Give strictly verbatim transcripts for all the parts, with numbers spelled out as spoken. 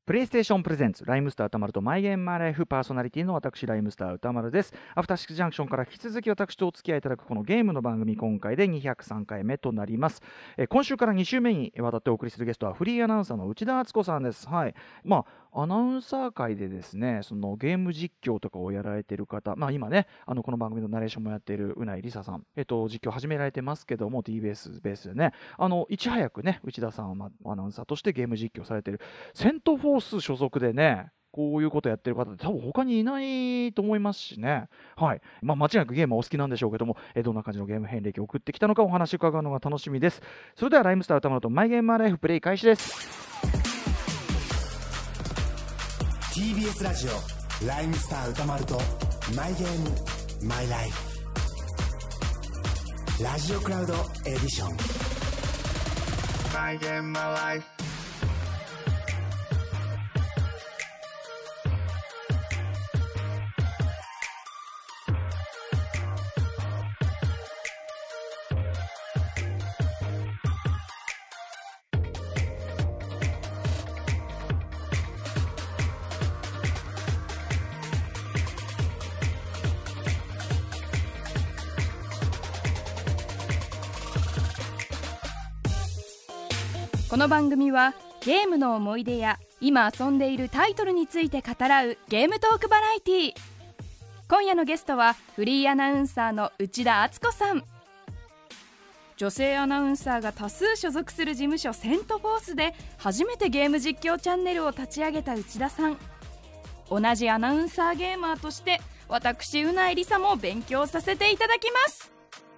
プレイステーションプレゼンツライムスター歌丸とマイゲームマイライフパーソナリティの私ライムスター歌丸です。アフターシックスジャンクションから引き続き私とお付き合いいただくこのゲームの番組、今回でにひゃくさんかいめとなります。えー今週からに週目にわたってお送りするゲストはフリーアナウンサーの内田敦子さんです。はい。まあアナウンサー界でですね、そのゲーム実況とかをやられている方、まあ今ね、あのこの番組のナレーションもやっているうないりささん、えっと実況始められてますけども、 ティービーエス ベースでね、あのいち早くね、内田さんは、まあアナウンサーとしてゲーム実況されているセントフォース所属でね、こういうことやってる方って多分他にいないと思いますしね。はい。まあ間違いなくゲームはお好きなんでしょうけども、えどんな感じのゲーム遍歴を送ってきたのかお話を伺うのが楽しみです。それではライムスター歌丸とマイゲームマイライフプレイ開始です。 ティービーエス ラジオライムスター歌丸とマイゲームマイライフラジオクラウドエディションマイゲームマイライフ。 この番組はゲームの思い出や今遊んでいるタイトルについて語らうゲームトークバラエティー。今夜のゲストはフリーアナウンサーの内田敦子さん。女性アナウンサーが多数所属する事務所セントフォースで初めてゲーム実況チャンネルを立ち上げた内田さん。同じアナウンサーゲーマーとして私うないりさも勉強させていただきます。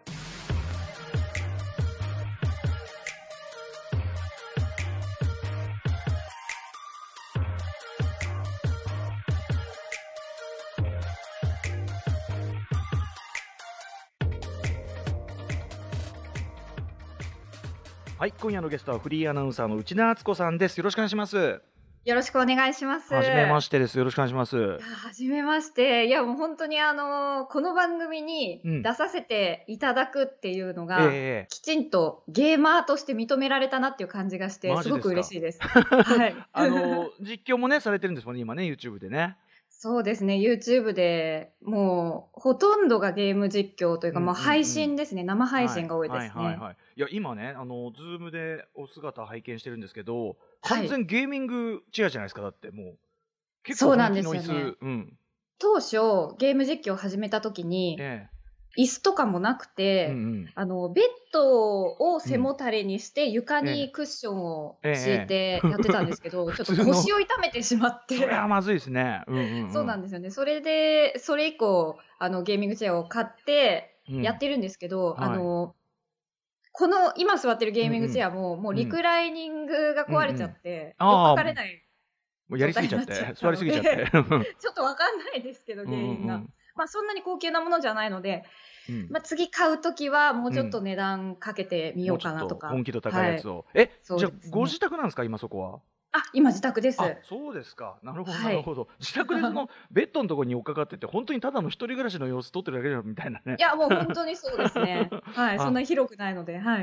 はい、今夜のゲストはフリーアナウンサーの内田敦子さんです。よろしくお願いします。 よろしくお願いします。 はじめましてです。よろしくお願いします。 いやはじめまして。いやもう本当にあのこの番組にうん出させていただくっていうのが、 ええきちんとゲーマーとして認められたなっていう感じがしてマジですかすごく嬉しいです。はい。 あの実況もねされてるんですもんね、今ね YouTube でね。 そうですね。YouTube でもうほとんどがゲーム実況というか、 うんうんうんもう配信ですね。生配信が多いですね。 はいはいはいはい。いや今ね、あのズームでお姿拝見してるんですけど、 はい完全ゲーミングチェアじゃないですか。だってもう結構そうなんですよね本気の椅子、うん、 当初ゲーム実況を始めた時にえ椅子とかもなくて、 えうんうんあのベッドを背もたれにして床にクッションを敷いてやってたんですけど、ちょっと腰を痛めてしまって、 それはまずいですね。うんうんうん、 そうなんですよね。それでそれ以降あのゲーミングチェアを買ってうんやってるんですけど、 はいあのこの今座ってるゲーミングチェアも、もうリクライニングが壊れちゃって、 うんうんあーよくわかれないもうやりすぎちゃって状態になっちゃ座りすぎちゃって、 ちょっとわかんないですけど原因が、 うんうんまあそんなに高級なものじゃないので、 うんまあ、次買うときはもうちょっと値段かけてみようかなとか、 もうちょっと本気度高いやつはい、 を、えじゃあそうですねご自宅なんですか今そこは。 あ今自宅です。 あ、そうですか。なるほど、 はいなるほど。自宅でそのベッドのところに追っかかってて、本当にただの一人暮らしの様子撮ってるだけじゃんみたいなね。 いやもう本当にそうですねはい、 あそんな広くないので、はい、 うん、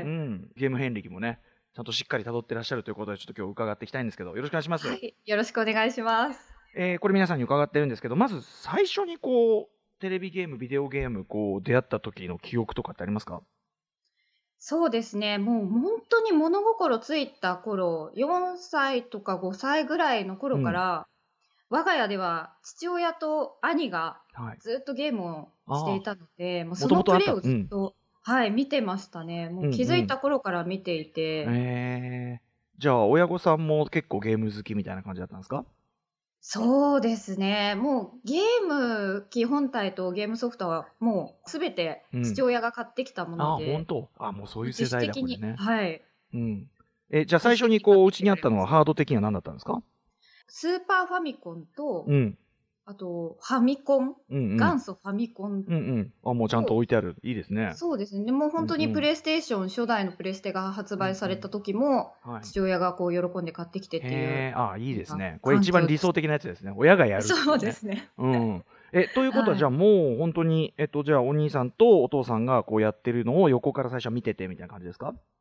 ゲーム遍歴もね、ちゃんとしっかり辿ってらっしゃるということで、ちょっと今日伺っていきたいんですけど、よろしくお願いします。 はい、よろしくお願いします。 えーこれ皆さんに伺ってるんですけど、まず最初にこうテレビゲーム、ビデオゲームこう出会った時の記憶とかってありますか？ そうですね、もう本当に物心ついた頃、よんさいとかごさいぐらいの頃から、我が家では父親と兄がはい。 ずっとゲームをしていたので、もうそ元々あったのプレイをずっと、はい、見てましたね。もう気づいた頃から見ていて、 えー、じゃあ親御さんも結構ゲーム好きみたいな感じだったんですか？ そうですね。もうゲーム機本体とゲームソフトはもうすべて父親が買ってきたもあ、 ので、 本当。あ、もうそういう世自主代だ的に、 これね。 はい。 うん。え、じゃあ最初にこうお家にあったのはハード的には何だったんですか？ スーパーファミコンと、 うん。 あとファミコン、 うんうん。 元祖ファミコン、 うんうん。あ、もうちゃんと置いてある。いいですね。 そうですね。でもう本当うんうんにプレイステーション、初代のプレステが発売された時も、 はい。 父親がこう喜んで買ってきてっていう。 へえ、あ、いいですね。 あこれ一番理想的なやつですね。親がやるっていね。 そうですね。 うん。え、ということは、 はいじゃあもう本当に、えっと、じゃあお兄さんとお父さんがこうやってるのを横から最初見ててみたいな感じですか？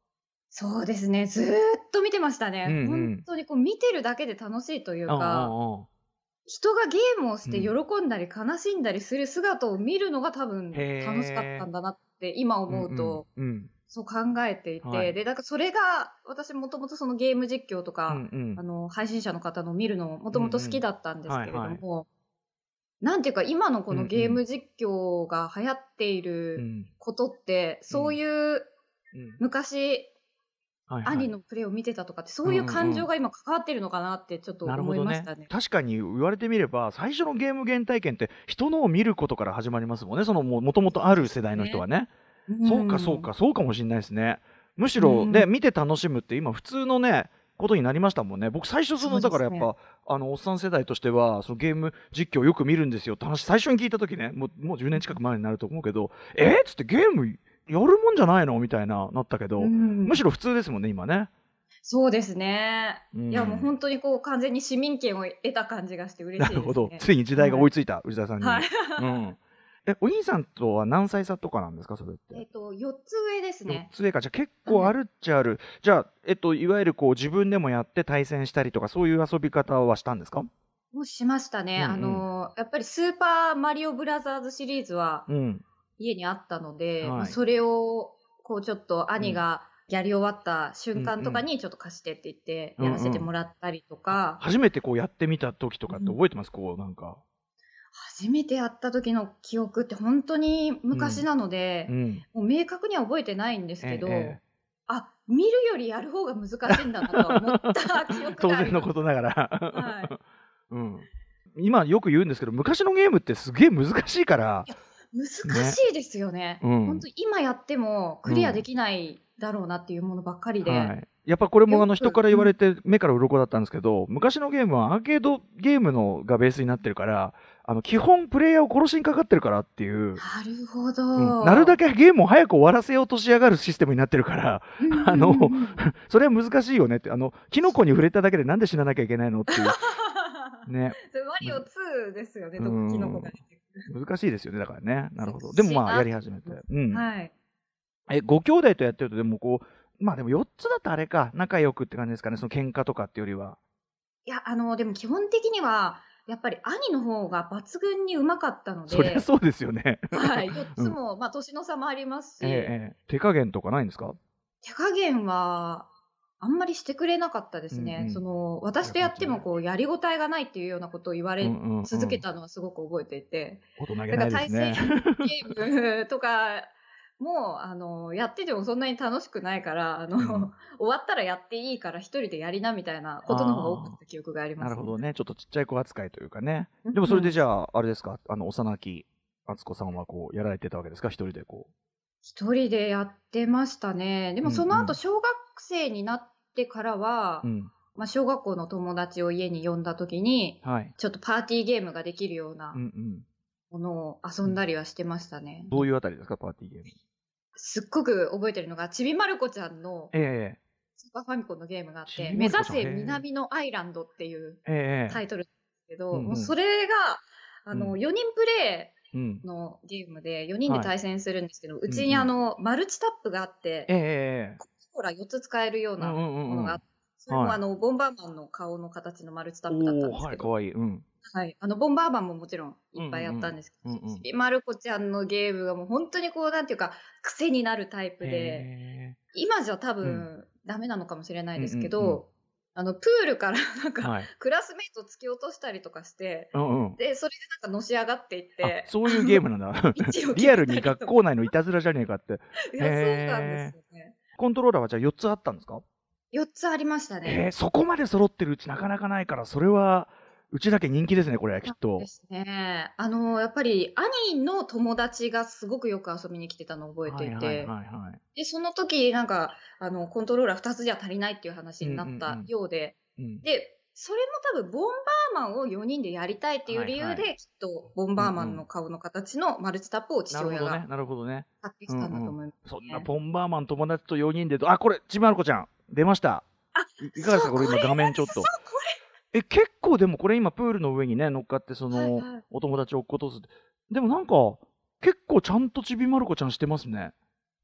そうですね。ずーっと見てましたうんうね。 ん本当にこう見てるだけで楽しいというああか、 ああ人がゲームをしてうん喜んだり悲しんだりする姿を見るのが多分楽しかったへえんだなって今うん思うと、 うんうんそう考えていて、 はいで、だからそれが私もともとそのゲーム実況とうか、 んうんあの配信者の方の見るのももともと好きだったんですけれどうんうんはいも、なんていうか今のこうんうんのゲーム実況が流行っていうるんことって、そういううん昔はいはい兄のプレイを見てたとかってそういう感情が今関わってるのかなってちょっと思いなるほどねましたね。 確かに言われてみれば最初のゲーム原体験って人のを見ることから始まりますもんねそのもともとある世代の人はねそうかそうかそうかもしれないですねむしろうんで見て楽しむって今普通のねことになりましたもんね僕最初そのそうですねだからやっぱあのおっさん世代としてはそのゲーム実況よく見るんですよって話最初に聞いた時ねもうもうじゅうねん近く前になると思うけどえっつってゲームやるもんじゃないのみたいななったけどうんむしろ普通ですもんね今ねそうですね。 うんいやもう本当にこう完全に市民権を得た感じがして嬉しですね。 ないるほどついに時代が追いついた内田さんにはい。 うんえお兄さんとは何歳差とかなんですかそれってえっとよっつ上ですよっね。 つ上かじゃあ結構あるっちゃある、じゃあ、えっと、いわゆるこう自分でもやって対戦したりとかそういう遊び方はしたんですかもうしましたね。 うんうんあのやっぱりスーパーマリオブラザーズシリーズはうん家にあったので、 はいまあそれをこうちょっと兄がやり終わった瞬間とかにちょっと貸してって言ってやらせてもらったりとか、 初めてこうやってみた時とかって覚えてます、こうなんか初めてやった時の記憶って本当に昔なので、 うんもう明確には覚えてないんですけど、 ええええあ、見るよりやる方が難しいんだなとは思った記憶当があります。 然のことながら、 はいうん、今よく言うんですけど昔のゲームってすげえ難しいから難しいですよね。 うん本当今やってもクリアできないだろうなっていうものばっかりで。 はい、やっぱこれもあのよく人から言われて目から鱗だったんですけど、昔のゲームはアーケードゲームのがベースになってるからあの基本プレイヤーを殺しにかかってるからっていう、 なるほど、 うんなるだけゲームを早く終わらせようとしやがるシステムになってるからあのうんうんうんそれは難しいよねってあのキノコに触れただけでなんで死ななきゃいけないのっていうねそれマリオツーですよね、 うんキノコが出てく難しいですよねだからねなるほどで難しいなもまあやり始めて、うんる。はい。 えご兄弟とやってるとでもこうまあでもよっつだとあれか仲良くって感じですかねその喧嘩とかっていうよりはいや、あの、でも基本的には、やっぱり兄の方が抜群にうまかったので、 そりゃそうですよねはい、よっつも、まあ、年の差もありますし、 ええええ手加減とかないんですか手加減は、あんまりしてくれなかったですね。 うんうんその、私とやっても、こう、やりごたえがないっていうようなことを言われうんうんうん続けたのはすごく覚えていて、 大人げだから対ないですね戦ゲームとかも、あの、やっててもそんなに楽しくないから、あの、 うん終わったらやっていいから一人でやりなみたいなことの方が多かった記憶があります、 なるほどねちょっとちっちゃい子扱いというかねうんでもそれでじゃああれですかあの幼き敦子さんはこうやられてたわけですか一人でこ一人でやってましたね。でもそのうんうん後小学生になってからは、 ううんまあ、小学校の友達を家に呼んだ時にはいちょっとパーティーゲームができるようなうんうんものを遊んだりはしてましたね。 どういうあたりですかパーティーゲームすっごく覚えてるのがちびまる子ちゃんのええスーパーファミコンのゲームがあっちびて「目指まる子ちゃんせ南のアイランド」っていうええええタイトルなんですけど、 うんうんもうそれがあの、 うんよにんプレうんイのゲームでよにんで対戦するんですけど、うちうんうんにあの、マルチタップがあって、 ええええコーラよっつ使えるようなうんうんうんうんものがあって、それもはいあのボンバーマンの顔の形のマルチタップだったんおおはいですけど、 かわいいうんはい、あのボンバーマンももちろんいっぱいやったんですけど、 うんうんうんうんちびまる子ちゃんのゲームがもう本当にこうなんていうか癖になるタイプで、 へ今じゃ多う分ダメなのかもしれないですけど、 うんうんうんあのプールからなんか、 えはいクラスメイト突き落としたりとかして、 うんうんでそれでなんかのし上がっていっあて、 そういうゲームなんだ位置を決めたりとかリアルに学校内のいたずらじゃねえかっていやそうなんですよね。 コントローラーはじゃあよっつあったんですかよっつありましたね。 えー、そこまで揃ってるうちなかなかないからそれはうちだけ人気ですねこれきっとですね。あのやっぱり兄の友達がすごくよく遊びに来てたのを覚えていて、 はいはいはいはいでその時なんかあのコントローラーふたつじゃ足りないっていう話になったようで、 うんでそれも多分ボンバーマンをよにんでやりたいっていう理由で、 はいはきっとボンバーマンの顔の形のマルチタップを父なるほ親がどねなるほどね買ってきたんだと思います、ねそんなボンバーマン友達とよにんであこれちびまる子ちゃん出ましたあいいかがですかこれ今画面ちょっとそうこえ結構でもこれ今プールの上にね乗っかってその、 はいはいお友達を落っことすでもなんか結構ちゃんとちびまる子ちゃんしてますね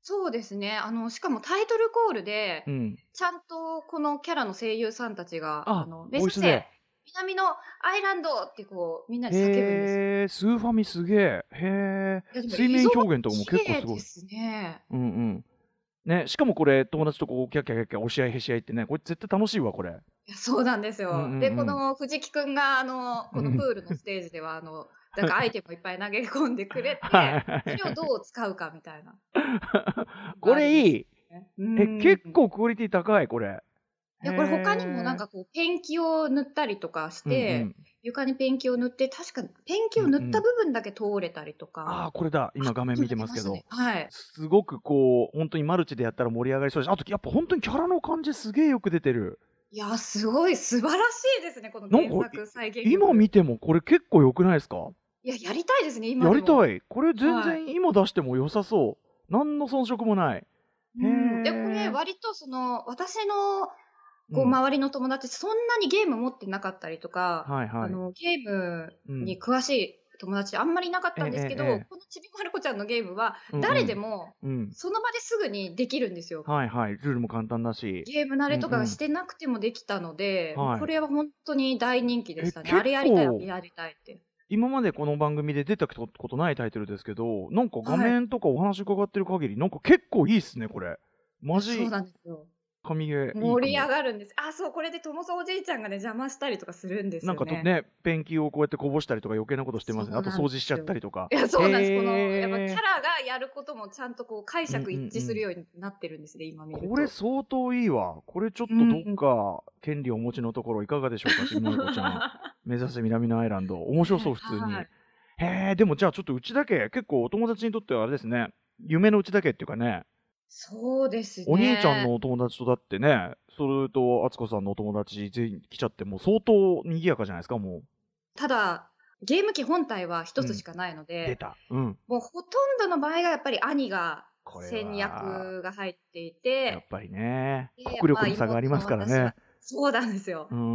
そうですね。あの、しかもタイトルコールで、 うん。 ちゃんとこのキャラの声優さんたちが、 あ、 あの、目指せボイスで。 南のアイランドってこう、みんなで叫ぶんですよ。 へえ、スーファミすげえ。へえ。 いや、でも水面映像表現とかも綺結構すごい。 麗ですね。 うんうん。ね、しかもこれ、友達とこう、キャッキャキャッキャ押し合いへし合いってね、これ絶対楽しいわ、これ。 いや、そうなんですうんうよ。で、こんの藤木くんが、あの、 うん。うん。 このプールのステージでは、あの、なんかアイテムをいっぱい投げ込んでくれはいて、 はいそれをどはい。 う使うかみたいなのこがありますれいい。 ね。うえ、結ーん。 構クオリティ高い、これ。へいや、これ他にもなんえ。 かこう、ペンキを塗ったりとかしうんうて、 ん。 床にペンキを塗って、確かペンキを塗ったうんうん。 部分だけ通れたりとか、 ああ、これだ。 あ、 今画面見そうだ、 てますけど。 出ましたね。はい。 すごくこう、ほんとにマルチでやったら盛り上がりそうだし、あとやっぱほんとにキャラの感じすげえよく出てる。 いや、すごい素晴らしいですね、このなんか、 原作再現い今力。 見てもこれ結構良くないですか？ いや、やりたいですね、今やでも。 りたい。これ全はい。 然今出しても良さそう。なんの遜色もない。へうん。で、これえ。 割とその、私のこう、 うん。 周りの友達、そんなにゲーム持ってなかったりとか、 はいはい。 あの、ゲームうん。 に詳しい友達あんまりいなかっええたんですけど、 ええええ。 このちびまる子ちゃんのゲームは、誰うんうん。 でもうん。 その場ですぐにできるんですよ。 はいはい。ルールも簡単だし。 ゲーム慣うんうれとかしん。 てなくてもできたので、もうはい。 これはほんとに大人気でえ、 したね。あ結れやりたい、あれ構、 やりたいって。 今までこの番組で出たことことないタイトルですけど、なんか画はい。 面とかお話伺ってる限り、なんか結構いいっすね、これ。 いや、そうマジなんですよ。 神ゲーいいか盛り上も。 がるんです。あ、そう、これでともさおじいちゃんがね、邪魔したりとかするんですなんよね。 かとね、ペンキをこうやってこぼしたりとか余計なことしてますね。あとそうなんで掃除しちゃったすよ。 りとか。 いや、そうなんです。この、やっぱキャへえ。 ラがやることもちゃんとこう解うんうん釈一致うん。 するようになってるんですね、今見るこれと。 相当いいわ。これちょっうとどっん。 か権利をお持ちのところいかがでしょうか、ちびまる子ちゃん。目指せ南のアイランド。面白そう、 ね、 普通に。 はい。 へえ、でもじゃあちょっとうちだけ、結構お友達にとってはあれですね、夢のうちだけっていうかね、 そうですお兄ちゃんね。 のお友達とだってね、それと敦子さんのお友達全員来ちゃって、もう相当賑やかじゃないですか、もただ、ゲーム機本体はう。 一うん。 つしかないので、 出た。うん。 もうほとんどの場合がやっぱり兄がこれ先は、 役が入っていやって、 ぱりね、 で、まあ、 国力の差があり妹ますからの私はね。 そうなんですよ。 うん。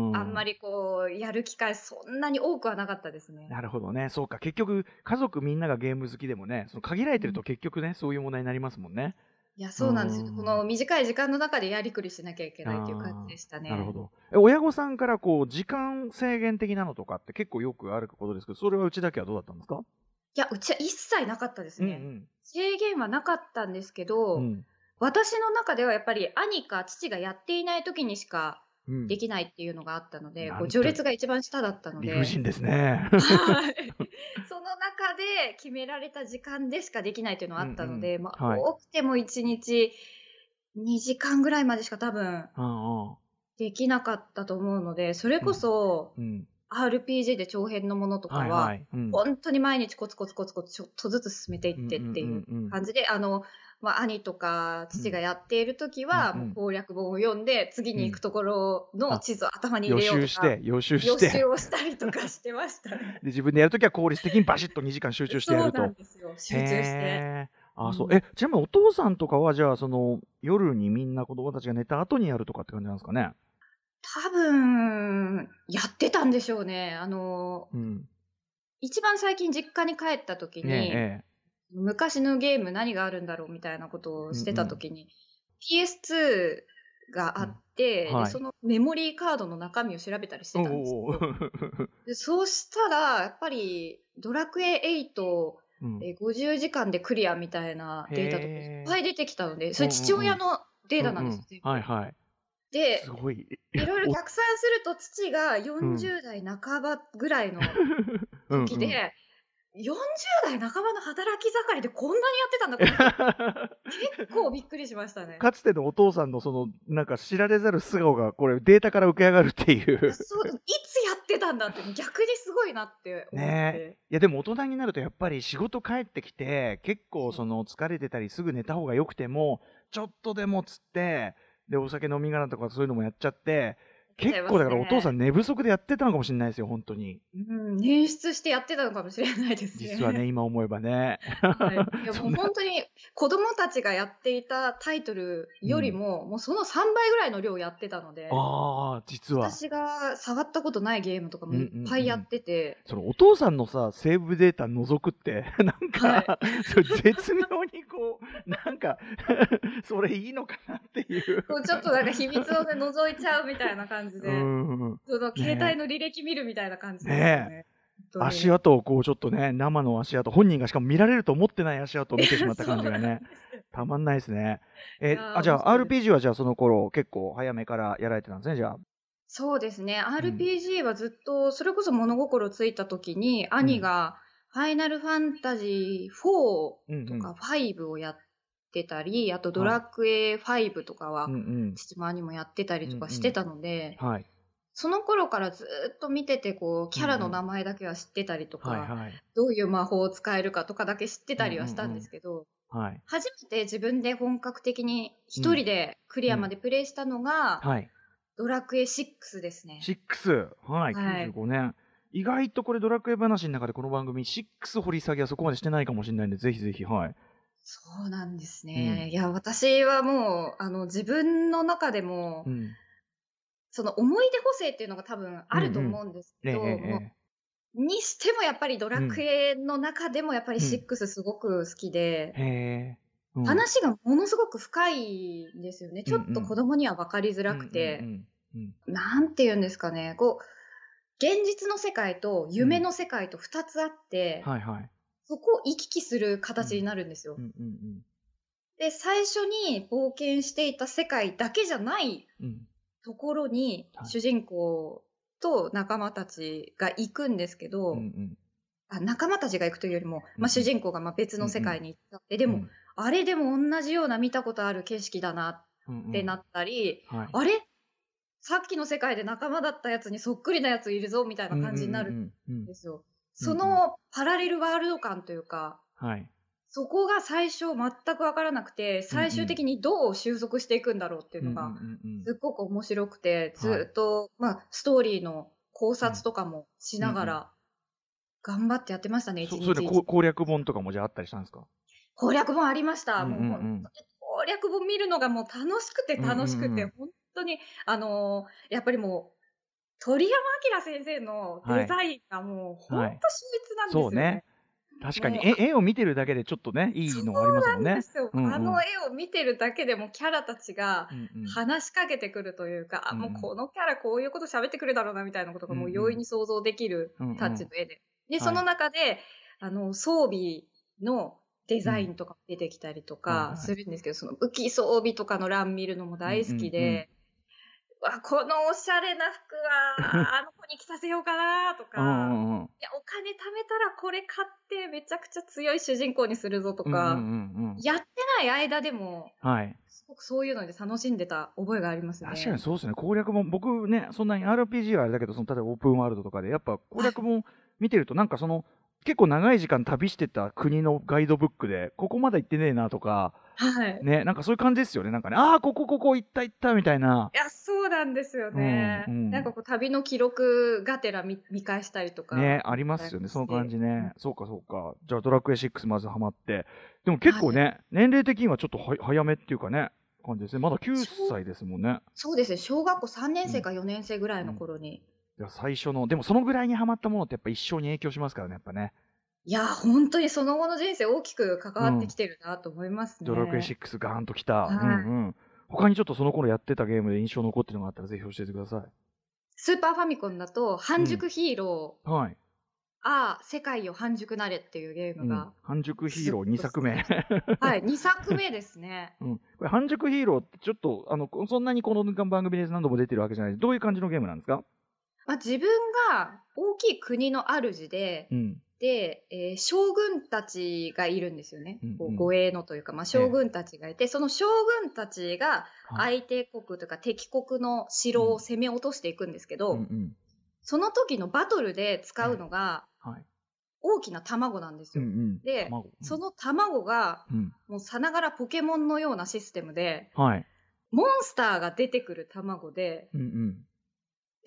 あんまりこう、やる機会そんなに多くはなかったですね。 なるほどね。そうか。結局、家族みんながゲーム好きでもね、その限られてるうん。 と結局ね、そういう問題になりますもんね。 いや、 うーそうなんですよ。このん。 短い時間の中でやりくりしなきゃいけないっていう感じあでしたあ、なるほね。 ど。え、親御さんからこう、時間制限的なのとかって結構よくあることですけど、それはうちだけはどうだったんですか？ いや、うちは一切なかったですうんうね。 ん。 制限はなかったんですけど、 うん。 私の中ではやっぱり兄か父がやっていない時にしかうん。 できないっていうのがあったので、こうなんと序列が一番下だったので、 理不尽ですね。 はい。その中で決められた時間でしかできないっていうのはうあんうん。 ったので、まあ、 はい。 多くてもいちにちにじかんぐらいまでしか多分うんうん。 できなかったと思うので、それこうん。 そうん。 アールピージー で長編のものとかは、 はいはい。うん。 ほんとに毎日コツコツコツコツちょっとずつ進めていってっうんうんうていうんうん。 感じで、あの、ま、兄とかうん。 父がやっている時は、もううんうん。 攻略本を読んで、次うん。 に行くところのあ、 地図を頭に入予れようとか、 習して予習し予習て、 をしたりとかしてましたね。 で、自分でやるときは効率的にバシッとにじかん集中してやそうなんると。 ですよ、 へ集中して。 え。あ、そう。 うん。 え、ちなみにお父さんとかは、じゃあ、その、夜にみんな子供たちが寝た後にやるとかって感じなんですかね？ 多分、やってたんでしょうね。あの、 うん。 一番最近実家に帰った時ええに、 ええ。 昔のゲーム何があるんだろうみたいなことをしてうんうん。 た時に、ピーエスツー があっうん。 て、で、 はい。 そのメモリーカードの中身を調べたりしおてたんですけおおお。 ど、で、そうしたら、やっぱりドラクエエイト、 うん。 え、ごじゅうじかんでクリアみたいなへデータとかいっぱえ。 い出てきたので、そうれ父んうんうん。 親のデーうんうん。 タなんですよ、全部。 はいはい。すで、 ごい。 いろいろお逆算すると父がうん。 よんじゅう代半ばぐらいのうんうん。 時で、よんじゅう代半ばの働き盛りでこんなにやってたんだ、この人。結構びっくりしましたね。 かつてのお父さんのその、なんか知られざる素顔が、これデータから浮き上がるっていいや、 う。 そう、いつやってたんだって、逆にすごいなって思っねえ。 て。 いやでも大人になるとやっぱり仕事帰ってきて、結構そう。 その疲れてたりすぐ寝た方が良くても、ちょっとでもつって、で、お酒飲み殻とかそういうのもやっちゃって、 結構だからお父さん寝不足でやってたのかもしれないですよ、本当に。 うん、捻出してやってたのかもしれないですね。 実はね、今思えばね。 はい、いやもうそんな本当に子供たちがやっていたタイトルよりも、もうそのさんばいぐらいの量やってたので、 ああ、実は。 私が触ったことないゲームとかもいっぱいやってて、 そのお父さんのさ、セーブデータ覗くって、なんか、それ絶妙にこう、なんか、それいいのかなっていう。 こうちょっとなんか秘密をね、覗いちゃうみたいな感じで、 うんその携帯の履歴見るみたいな感じですよね。 ね本当に足跡をこうちょっとね、生の足跡、本人がしかも見られると思ってない足跡を見てしまった感じがね、たまんないですね。えいやーあじゃあ面白いですアールピージー はじゃあその頃結構早めからやられてたんですね、じゃあ。 そうですね。アールピージー はずっと、それこそ物心ついた時に、兄がファイナルファンタジーフォーとかファイブをやってたり、あとドラクエファイブとかはうんうん父も兄もやってたりとかしてたので、 はいその頃からずっと見てて、こう、キャラの名前だけは知ってたりとか、 はいはいどういう魔法を使えるかとかだけ知ってたりはしたんですけど、 はい初めて自分で本格的に一人でクリアまでプレイしたのが、 はいドラクエシックスですね。 シックスはい、 はいきゅうじゅうごねん。意外とこれドラクエ話の中でこの番組シックス掘り下げはそこまでしてないかもしれないんで、ぜひぜひ、はい。 そうなんですね。 うんいや、私はもう、あの、自分の中でも、 うんその思い出補正っていうのが多分あると思うんですけど、 えええもえうにしてもやっぱりドラクエの中でもやっぱりうんシックスすごく好きで、 へえ、うん話がものすごく深いんですよね。ちょっと子供には分かりづらくて、 うんうんうんうんなんて言うんですかね、こう、現実の世界と夢の世界とふたつあって、 はいはい。 そこを行き来する形になるんですよ。 うんうんで、最初に冒険していた世界だけじゃないうんうんところにはい主人公と仲間たちが行くんですけど、 うんうんあ仲間たちが行くというよりも、 うんまあ、主人公がまあ別の世界に行ったって、でも、 うんあれでも同じような見たことある景色だなうんうんってなったり、 はいあれさっきの世界で仲間だったやつにそっくりなやついるぞみたいな感じになるんうんうんうんうんですよ。そのパラレルワールド感というか、 はいそこが最初全く分からなくて、最終的にどう収束していくんだろうっていうのが、 うんうんうんすっごく面白くて、ずっと、まあ、ストーリーの考察とかもしながうんうら、頑張ってやってましたね、一日そそれでこう攻略本とかもじゃああったりしたんですか？ 攻略本ありました。 うんうんうんもう本当に攻略本見るのがもう楽しくて楽しくて、 うんうんうん本当に、あのーやっぱりもう、鳥山明先生のデザインがもう本当はい秀逸なんですよね。 そうね。確かにもう絵絵を見てるだけでちょっとねいいのがありますもんね。 そうなんですよ。 うんうんあの絵を見てるだけでもキャラたちがうんうん話しかけてくるというか、あ、 うんうんもうこのキャラこういうこと喋ってくるだろうなみたいなことがもう容易に想像できるタッチの絵で。で、その中で、あの、装備のデザインとか出てきたりとはいはいかするんですけど、その武器装備とかの欄見るのも大好きで、わ、このおしゃれな服はあの子に着させようかなとか、 うんうんうんいや、お金貯めたらこれ買ってめちゃくちゃ強い主人公にするぞとか、 うんうんうんうんやってない間でも、 はい。 すごくそういうので楽しんでた覚えがありますね。 確かにそうですね。攻略本、僕ね、そんなに アールピージー はあれだけど、その例えばオープンワールドとかで、やっぱ攻略本見てると、なんかその、結構長い時間旅してた国のガイドブックで、ここまだ行ってねえなとか、 はい。 ね、なんかそういう感じですよね。なんかね、ああ、ここここ行った行ったみたいな。 いや、そうなんですよね。 うんうんなんかこう、旅の記録がてら見見返したりとか。 ね、ありますよね、その感じね。そうかそうか。じゃあドラクエシックスまずハマって。でも結構ね、年齢的にはちょっとは早めっていうかね、感じですね。まだきゅうさいですもんね。 そうですね。小学校さんねん生かよねん生ぐらいの頃に。 いや最初の、でもそのぐらいにハマったものってやっぱ一生に影響しますからね、やっぱね。 いや、本当にその後の人生大きく関わってきてるなと思いますね。 ドラクエシックスガーンときた。 はいうんうん。他にちょっとその頃やってたゲームで印象残ってるのがあったらぜひ教えてください。 スーパーファミコンだと、半熟ヒーロー、 はい。 ああ、世界を半熟なれっていうゲーうんムが、、 半熟ヒーローにさくめ。 はい、にさくめですね。 うん、これ半熟ヒーローってちょっとあのそんなにこの番組で何度も出てるわけじゃない。どういう感じのゲームなんですか？ まあ、自分が大きい国の主で、 うん。 で、えー将軍たちがいるんですよね。 うんうんこう護衛のというか、まあ、将軍たちがいて、その将軍たちがはい相手国というか敵国の城を攻め落としていくんですけど、 うんうん。 その時のバトルで使うのがはい。 大きな卵なんですよ。 うんうん。 で、 卵うんその卵がうん。 もうさながらポケモンのようなシステムで、 はい。 モンスターが出てくる卵で、 うんうん。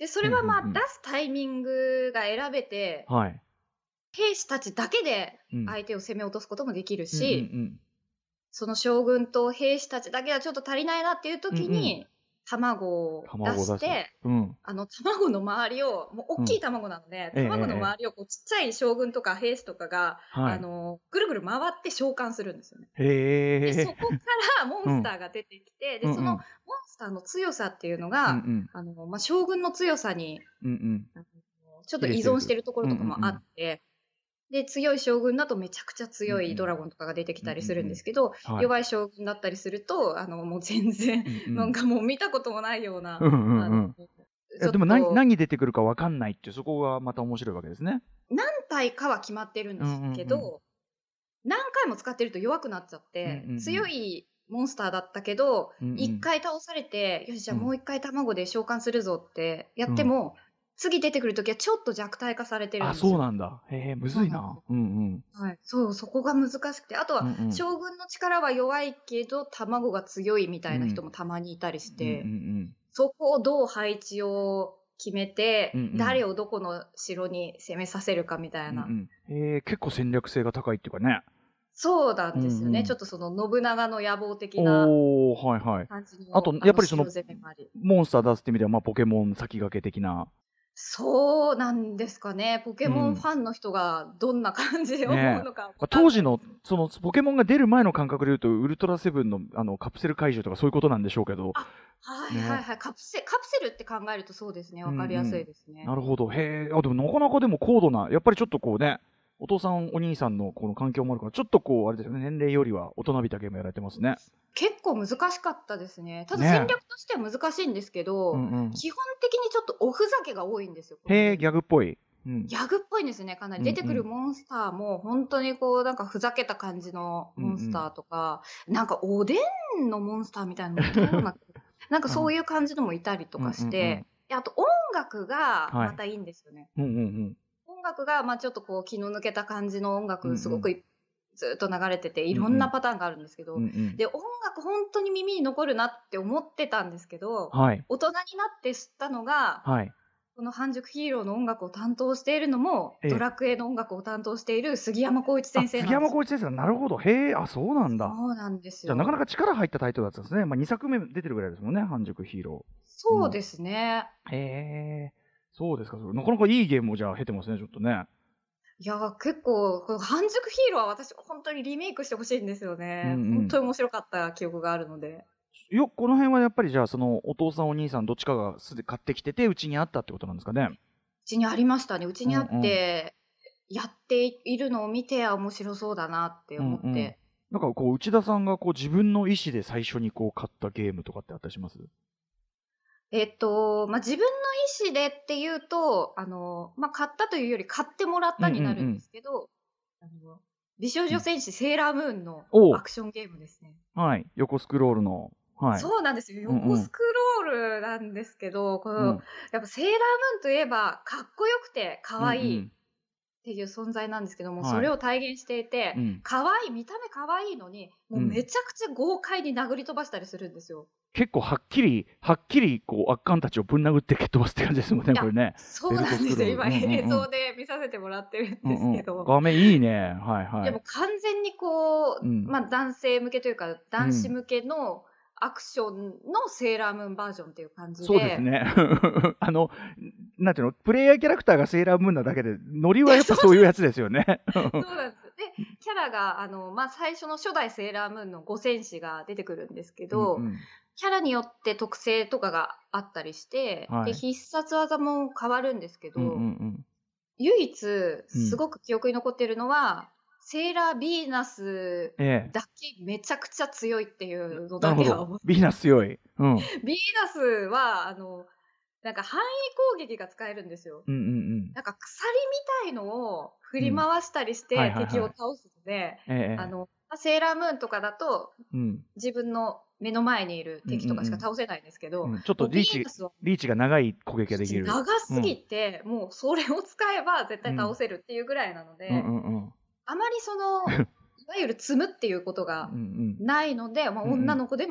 でそれはまあ、 うんうんうん出すタイミングが選べて、 はい。 兵士たちだけでうん相手を攻め落とすこともできるうんし、 うんその将軍と兵士たちだけはちょっと足りないなっていう時に、 うんうん卵を出卵を出す。 してうんあの卵の周りをもう大きい卵なので、 うん卵の周りをこうちっちゃい将軍とか兵士とかが、 はいあのぐるぐる回って召喚するんですよね。 へえ。 でそこからモンスターが出てきて、 うんでそのうんモンスターの強さっていうのうんうが、 んあのまあ、将軍の強さにうんうんあのちょっと依存してるところとかもあって、で強い将軍だとめちゃくちゃ強いドラゴンとかが出てきたりするんですけど、 はい弱い将軍だったりするとあのもう全然、 うんうんなんかもう見たこともないような、 うんうんうんあのいやでも何何出てくるか分かんないっていうそこがまた面白いわけですね。 何体かは決まってるんですけど、 うんうんう何回も使ってると弱くなっちゃって、 うんうんうん強いモンスターだったけど、 うんうんいっかい倒されて、よし、じゃあうんもういっかい卵で召喚するぞってやっても、次出てくるときはちょっと弱体化されてるんあ、 ですよ。 そうなんだ。へえ、むずいな。うんうん。 はい、そう、そこが難しくて、あとは、 うんうん将軍の力は弱いけど、卵が強いみたいな人もたまにいたりして、 うんうんそこをどう配置を決めて、 うんうん誰をどこの城に攻めさせるかみたいな。 うんうん。へえ、結構戦略性が高いっていうかね。 そうなんですよね、 うんうんちょっとその信長の野望的なおー、はいはい。 感じのあとやっぱりその城攻めもあり。 モンスター出すって意味では、まあ、ポケモン先駆け的な。 そうなんですかね、ポケモうんンファンの人がどんな感じで思ねうのかわまあかんない、 当時のそのポケモンが出る前の感覚でいうと、ウルトラセブンのあのカプセル怪獣とかそういうことなんでしょうけど、 はいはいはい、カプセカプセルって考えるとそうですね、わかりやすいですね。 なるほど。へえ、あ、でもなかなかでも高度な、やっぱりちょっとこうね、お父さん、お兄さんのこの環境もあるから、ちょっとこう、あれですよね、年齢よりは大人びたゲームやられてますね。 結構難しかったですね。ただね戦略としては難しいんですけど、 うんうん、 基本的にちょっとおふざけが多いんですよ。 へえ、ギャグっぽい。うん、 ギャグっぽいんですね、かなり。 うんうん出てくるモンスターも、本当にこう、なんかふざけた感じのモンスターとか、なんかおでんのモンスターみたいなのもいたような、なんかそういう感じのもいたりとかして、 うんうんうんであと音楽がまたいいんですよね。 うんうんうん音楽が、まあちょっとこう、気の抜けた感じの音うんう楽、 んすごくいずっと流れてて、いろんなパターンがあるんですけど、 うんうんで、音楽本当に耳に残るなって思ってたんですけど、 はい、 大人になって知ったのが、 はい。 この半熟ヒーローの音楽を担当しているのも、 ええドラクエの音楽を担当している杉山浩一先生あ、 なんです。 杉山浩一先生だ、なるほど。へえ、あ、そうなんだ。 そうなんですよ。 じゃあ、なかなか力入ったタイトルだったんですね。まあ、にさくめ出てるぐらいですもんね、半熟ヒーロそうですね。 ー。へえ、そうですか。それなかなかいいゲームをじゃあ経てますね、ちょっとね。 いや、結構、この半熟ヒーローは私、本当にリメイクしてほしいんですよね。 うんうん本当に面白かった記憶があるので。 よ、この辺はやっぱりじゃあ、そのお父さん、お兄さん、どっちかがすで買ってきてて、うちにあったってことなんですかね。 うちにありましたね。うちにあって、 うんうんやっているのを見て、あ面白そうだなって思って。 うんうんなんかこう、内田さんがこう自分の意思で最初にこう買ったゲームとかってあったりします？ えっと、まあ、自分の意思でっていうと、あの、まあ、買ったというより買ってもらったになるんですけど、あの美少女戦士セーラームーンのおうアクションゲームですね。 はい。横スクロールの。はい。 そうなんですよ。 うんうん横スクロールなんですけど、このうんやっぱセーラームーンといえばかっこよくて可愛いっうんていう存在なんですけども、 はいそれを体現していて、 うんうん可愛い見た目可愛いのに、もうめちゃくちゃ豪快に殴り飛ばしたりするんですよ。 結構はっきり、はっきりこう、悪漢たちをぶん殴って蹴っ飛ばすって感じですもんね、 いやこれね。 そうなんですよ。 ベル今トスクロール映像で見させてもらってるんうんですけど。 うん、画面いいね。はいはい。 でも完全にこう、 うんまあ男性向けというか男子向けのアクションのセーラームーンバージョンっていう感じで。 そうですね。あの、なんていうの、プレイヤーキャラクターがセーラームーンなだけで、ノリはやっぱそういうやつですよね。 そうなんです。で、キャラが、あの、まあ、最初の初代セーラームーンのご戦士が出てくるんですけど、 うんうんキャラによって特性とかがあったりして、 はいで、必殺技も変わるんですけど、 うんうんうん唯一、すごく記憶に残ってるのは、セーラービーナスええ。 だけめちゃくちゃ強いっていうのなるほだけは思う。。 どビーナス強い。うん。 ビーナスは、あの、なんか範囲攻撃が使えるんですよ。 うんうんうん。 なんか鎖みたいのを振り回したりしてうんはいはいはい敵を倒すので、 ええ。 あの、まあセーラームーンとかだとうん自分の目の前にいる敵とかしか倒せないんですけど、 うんちょっとリーチビーナスはリーチが長い攻撃ができる。 長すぎて、もうそれを使えば絶対倒せるっていうぐらいなので、 うんうんうんあまりその、いわゆる積むっていうことがうんうんないので、まあ、 うんうん女の子でも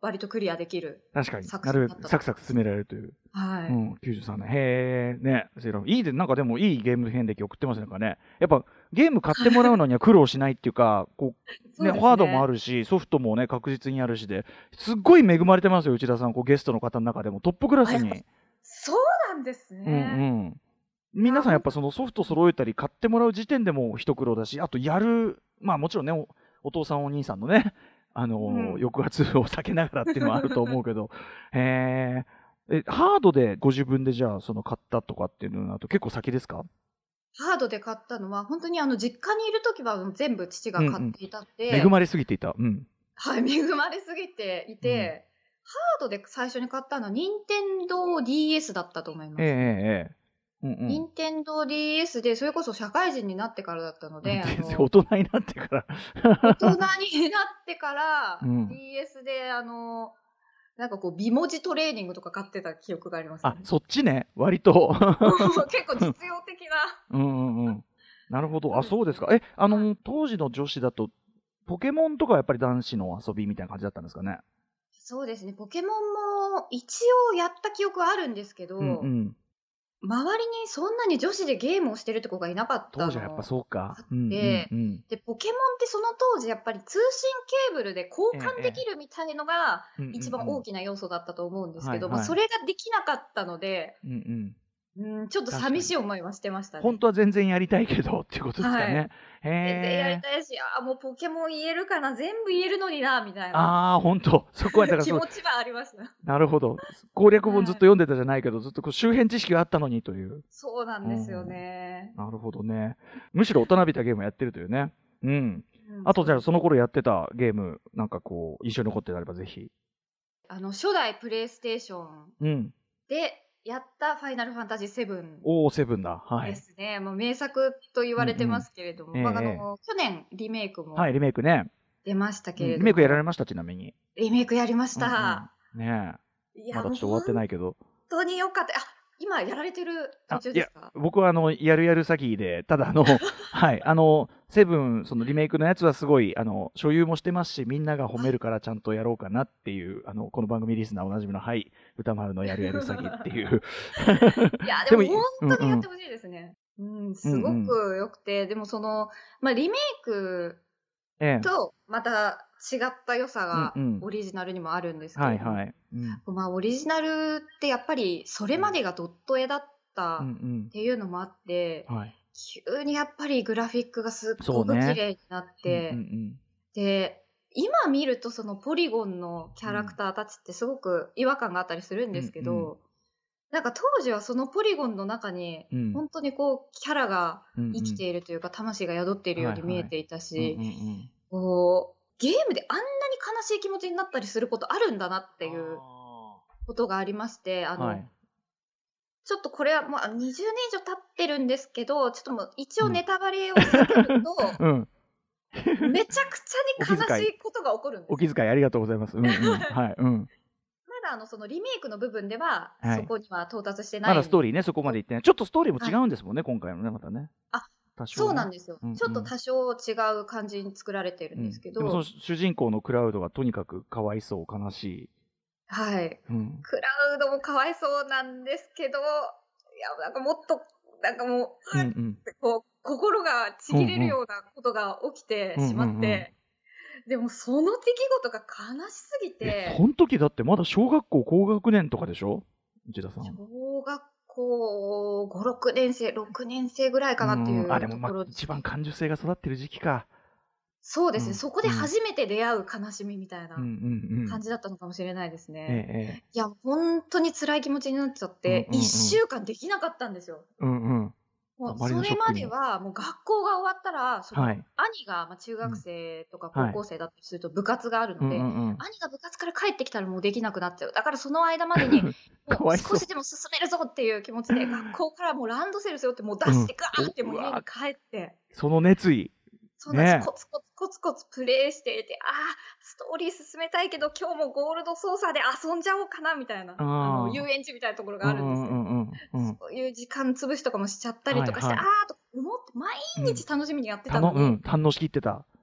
割とクリアできる確かに作なる品だった。 サクサク進められるという、 はい。 うん、きゅうじゅうさんねんへえねセーラームーンいいでなんかでもいいゲーム遍歴送ってますねなんかねやっぱゲーム買ってもらうのには苦労しないっていうかこうねそうですね。 ハードもあるしソフトもね確実にあるしですっごい恵まれてますよ内田さんこうゲストの方の中でもトップクラスあ、やっぱにそうなんですうんうね。 んいや、 皆さんやっほんぱそのソフト揃えたり買ってもらう時点でも一苦労だしあとやるまあもちろんねお、お父さんお兄さんのねあのうーん。 抑圧を避けながらっていうのはあると思うけどへええハードでご自分でじゃあその買ったとかっていうのだと結構先ですか？ ハードで買ったのは、本当にあの実家にいるときは全部父がうんうん買っていたん恵で、 まれすぎていたうんはい、恵まれすぎていうんて、ハードで最初に買ったのは任天堂 ディーエス だったと思いええます。 ええええうんうん任天堂 ディーエス で、それこそ社会人になってからだったので、あ全然の、 大人になってから大人になってからうんディーエス で、あの、なんかこう、美文字トレーニングとか買ってた記憶がありますね。 あそっちね割と結構実用的な。 うんうんうんなるほど。あ、 そうですそうですか。 ね。 え、あはい。 の、当時の女子だと、ポケモンとかはやっぱり男子の遊びみたいな感じだったんですかね。 そうですね。ポケモンも一応やった記憶はあるんですけうんうど、 ん。 周りにそんなに女子でゲームをしてるって子がいなかった当時はやっぱのそうか。 あっうんうんて、 うん。 で、ポケモンってその当時やっぱり通信ケーブルで交えええ換できるみたいのがえ。うんうん一番うん。 大きな要素だったと思うんですけど、まあはいはい。 それができなかったので、 うんうん。 うん、ちょっと確か寂しいに。 思いはしてましたね。 本当は全然やりたいけどっていうことですかはい。 ね。へ全然やりえ。 たいし、あーもうポケモン言えるかな、全部言えるのにな、みたいなああ、本当。そこはだからそう、 気持ちはありました。 なるほど。攻略本ずっとはい。 読んでたじゃないけど、ずっとこう周辺知識があったのにという。 そうなうんですよん。 ね。 なるほどね。むしろ大人びたゲームをやってるというね。うん。 うん、 あとじゃあそうですね。 その頃やってたゲーム、なんかこう、印象に残ってたればぜひ。 あの、初代プレイステーションうん。 でやったファイナルファンタジーセブンおお、セブンだ。はでい。 すね。もう名作と言うんうん。 われてますけれども、 ええまあ、あええ。 の、去年リメイクはもい、リメイクね。 出ましたけうん、 れどリメイクやられも、 ました、ちなみに。 リメイクやりましうんうん。 た。 ねえ。 いや、もうまだちょっと終わって本ないけど。 当に良かった。あ、今やられてる途あ、いや、 中ですか？ 僕はあの、やるやる詐欺で、ただあの、はい、あの、セブン、そのリメイクのやつはすごい、あの、所有もしてますし、みんなが褒めるからちゃんとやろうかなっていう、あの、この番組リスナーおなじみの、はい、歌丸のやるやる詐欺っていう。 いや、ででもい、 も本うんうん。 当にやってほしいですね。うん、 うすごんうん。 く良くて、でもその、まあ、リメイクええ。 とまた違った良さうんがうん。 オリジナルにもあるんですけれども、 はいはい。うん。 まあ、オリジナルってやっぱりそれうんまでがドット絵だっうんたっうん。 ていうのもあって、 はい。 急にやっぱりグラフィックがすっそうごく綺ね。 麗になっうんうんうて、 ん。 で、今見るとそのポリゴンのキうん。 ャラクターたちってすごく違和感があったりするんうですけんうん。 ど、なんか当時はそのポリゴンの中にうん本当にこうキャラがうんうん。 生きているというか魂が宿っているようはいはい。 に見えていたうんうし、 んうん。 こう、ゲームであんなに悲しい気持ちになったりすることあるんだなっていうあことがありまして、ああ。はの、 い。 ちょっとこれはもうにじゅうねん以上経ってるんですけど、ちょっともう一うん。 応ネタバレを避けると、 うん。 めちゃくおちゃに悲気遣い、 しいことが起こるんでおすよ。 気遣いありがとうございます。うんうん。はい。うん。 まだあのそのリメイクの部分でははい。 そこには到達してまないんだストーリーね、そこまでと、 行ってない。ちょっとストーリーも違はい。 うんですもんね、今回のね、またね。 あ、 多少そうなね。 んですよ。 うんちょっとうん。 多少違う感じに作られてるうん。 んですけでもそのど、 主人公のクラウドがとにかくかわいそう、悲しい。 はい。 うん。 クラウドもかわいそうなんですけど、いや、なんかもっと、なんかもう、ううんうっん。 てこう、心がちぎれるうんうん。 ようなことが起きてうんしまうんうん。 って、でもその出来事が悲しすぎえ、 て、 その時だってまだ小学校高学年とかでしょ内田さん。 小学校ご、ろくねん生、ろくねん生ぐらいかなってうんうん。あ、 いうとでもまあ、一ころですね。 番感受性が育ってる時期か。 そうですね。 うん。 そこでうん。 初めて出会う悲しみみたいうんうなん感うん。 じだったのかもしれないですええね。 ええ。 いや、本当に辛い気持ちになっちゃっうんて、 うんう 1 ん。 週間できなかったんですよ。 うんうん。 もうあまりのシそれまョックに。 では、もう学校が終わったら、そのはい。 兄が、まあ、中学うん。 生とかはい。 高校生だったりすると部活があるうんうので、 んうん。 兄が部活から帰ってきたらもうできなくなっちゃう。だからその間までに、もかわいそう少しでも進めるぞっていう気持ちで、学校からもうランドセル背負ってもうう。うん。 出してガーってお、 もう家にうわ、 帰って、 その熱意。 そうなんです。 ねコツコツコツコツプレイしていて、ああ、ストーリー進めたいけど今日もゴールド操作で遊んじゃおうかなみたいな、あの、遊あ園地みたいなところあ。うんうがあるんですよ。 んうんうんうん。 そういう時間潰しとかもしちゃったりとかして、あはいはい。 あと思って毎うん。 日楽しみにやってたの、うたのに、 ん、堪能しきってた。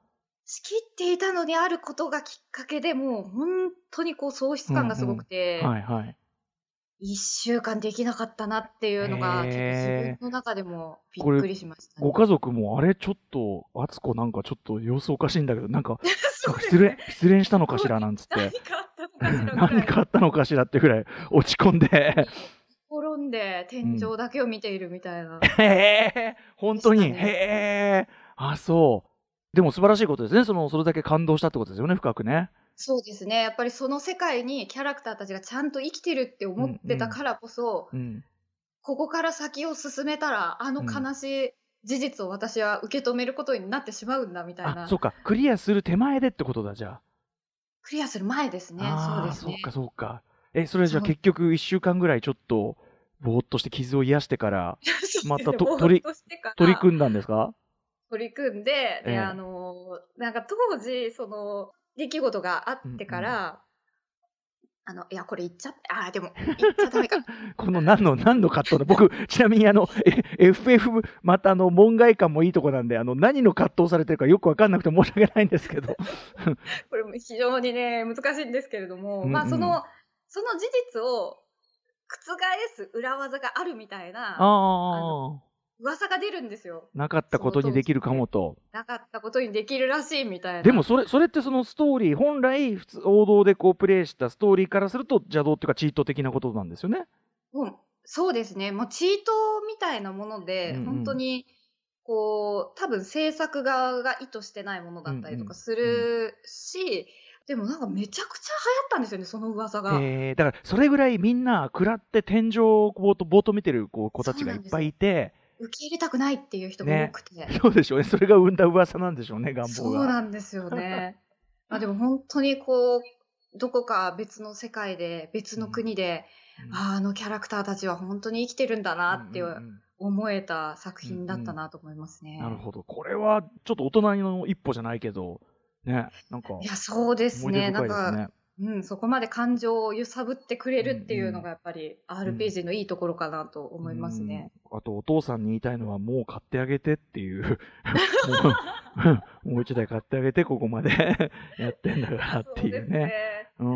仕切っていたのにあることがきっかけでもう本当にこう喪失感がすごくて、 うんうんはいはい、 いっしゅうかんできなかったなっていうのが結構自分の中でもびっくりしましたね。 ご家族もあれちょっと敦子なんかちょっと様子おかしいんだけどなんかそうです失恋ね。 失恋したのかしらなんつって何かあったのかしらぐら何いかあったのかしらってぐらい落ち込んで転んで天井だけを見ているみたいな。 へえ本当に、 でしたね。 へえあそうでも素晴らしいことですねそのそれだけ感動したってことですよね深くね。 そうですね。やっぱりその世界にキャラクターたちがちゃんと生きてるって思ってたからこそ、 うんうんここから先を進めたら、あの悲しい事実を私は受け止めることになってしまうんだみたいあな。 そうかクリアする手前でってことだじゃあ。 クリアする前ですね。そうああですね。 そうかそうかえそれじゃあそう結局いっしゅうかんぐらいちょっとぼーっとして傷を癒してからまたとぼーっ取りとしてから取り組んだんですか。 取り組んで、 ええで、あの、なんか当時、その、出来事があってかうんら、あの、いや、これ言っちゃって、ああ、でも、言っちゃダメか。 この何の何の葛藤だ僕ちなみにあのえ エフエフ またあの門外観もいいとこなんであの何の葛藤されてるかよく分かんなくて申し訳ないんですけどこれも非常にね、難しいんですけれども、 うんうんまあ、その、その事実を覆す裏技があるみたいな、あの、 ああ噂が出るんですよ。 なかったことにできるかもと。 なかったことにできるらしいみたいな。 でもそれそれってそのストーリー本来普通王道でこうプレイしたストーリーからすると邪道っていうかチート的なことなんですよね。 うん、そうですね。もうチートみたいなもので、 うんうん本当に、こう、多分制作側が意図してないものだったりとかするし、でもなんかめちゃくちゃ流行ったんですよね、その噂が。 えー、だからそれぐらいみんな食らって天井をぼーっとぼーっと見てるこう子たちがいっぱいいて、 受け入れたくないっていう人が多くて。 そうでしょうね。それが生んだ噂なんでしょうね、願望そうが。 なんですよね。まあでも本当にこう、どこか別の世界で、別の国で、 うんあーあのキャラクターたちは本当に生きてるんだなってうんうんうん思えた作品だったなと思いますね。 なるほど。これはちょっと大人の一歩じゃないけど、ね、なんかいや、そうですね。 思い出なん深いですね。 か、うん、そこまで感情を揺さぶってくれるっていうのがやっぱり アールピージー のいいところかなと思いますね。 うんあとお父さんに言いたいのはもう買ってあげてっていうもうもう一台買ってあげてここまでやってんだからっていうね。 そうですね。 うん、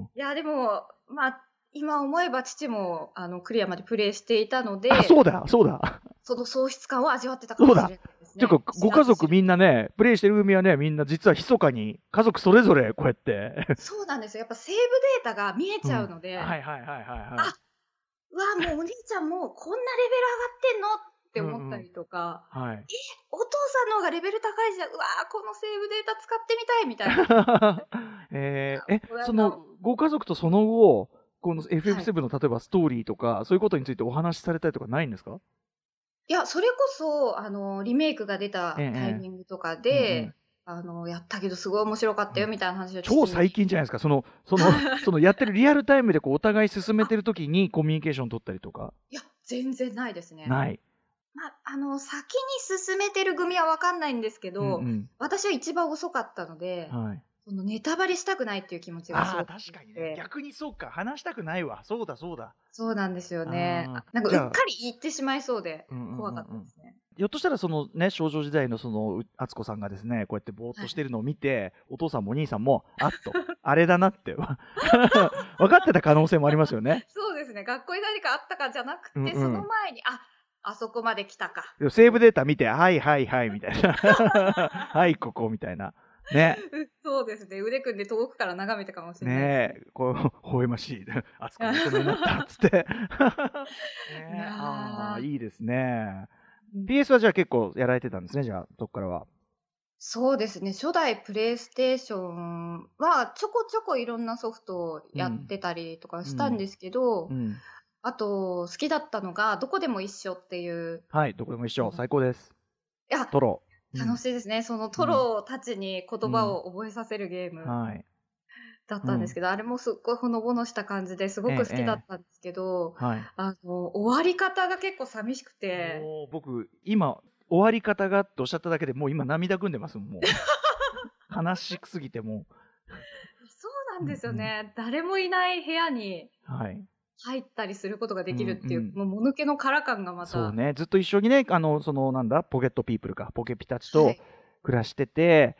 いや、でも、まあ、今思えば父もあのクリアまでプレイしていたので、 あそうだそうだ。 その喪失感を味わってたかもしれないですね。 ていうかご家族みんなねプレイしてる組はねみんな実は密かに家族それぞれこうやってそうなんですよ。やっぱセーブデータが見えちゃうので、 うんはいはいはいはいはい。 あうわ、もうお兄ちゃんもうこんなレベル上がってんのって思ったりとか、 うんうんはい、 お父さんの方がレベル高いじゃん、うわーこのセーブデータ使ってみたいみたいな。 えー、えこれはそのご家族とその後この エフエフセブン の例えばストーリーとか、そういうことについてお話しされたりとかないんですか。 いや、それこそ、あの、リメイクが出たタイミングとかで、 ええうんうんあの、やったけどすごい面白かったよみたいな話を超最近じゃないですかそのそのそのやってるリアルタイムでこうお互い進めてる時にコミュニケーション取ったりとかいや、全然ないですね。 ない。 まあ、あの、先に進めてる組はわかんないんですけど、 うんうん私は一番遅かったので、 はい、 そのネタバレしたくないっていう気持ちがすああごく確かにね逆にそうか話したくないわそうだそうだそうなんですよねあー。 なんかうじゃあっかり言ってしまいそうでうんうんうんうん怖かったですね。 ひょっとしたらそのね少女時代のその敦子さんがですねこうやってぼーっとしてるのを見て、お父さんもお兄さんもあっとあれだなって分かってた可能性もありますよね。 そうですね。学校に何かあったかじゃなくて、 うんうんその前に、あ、あそこまで来たか。 セーブデータ見てはいはいはいみたいなはいここみたいなねそうですね。腕組んで遠くから眺めてかもしれない。 ねえこう微笑ましい敦子の大人になったっつってねえああいいですね。ピーエス はじゃあ結構やられてたんですねじゃあそこからは。 そうですね。初代プレイステーションはちょこちょこいろんなソフトをやってたりとかしたんですけど、 うん、 あと好きだったのがどこでも一緒っていう。 はいどこでも一緒最高です。 いやトロ、 楽しいですね。そのトロたちに言葉を覚えさせるゲーム。 うんはいだったんですけど、うん、あれもすっごいほのぼのした感じですごく好きだったんですけど、ええはい、あの終わり方が結構寂しくてもう僕今終わり方がっておっしゃっただけでもう今涙ぐんでますもう悲しすぎてもそうなんですよね、うんうん、誰もいない部屋に入ったりすることができるっていう、はい、もうもぬけの殻感がまたそうねずっと一緒にねあのそのなんだポケットピープルかポケピたちと暮らしてて、はい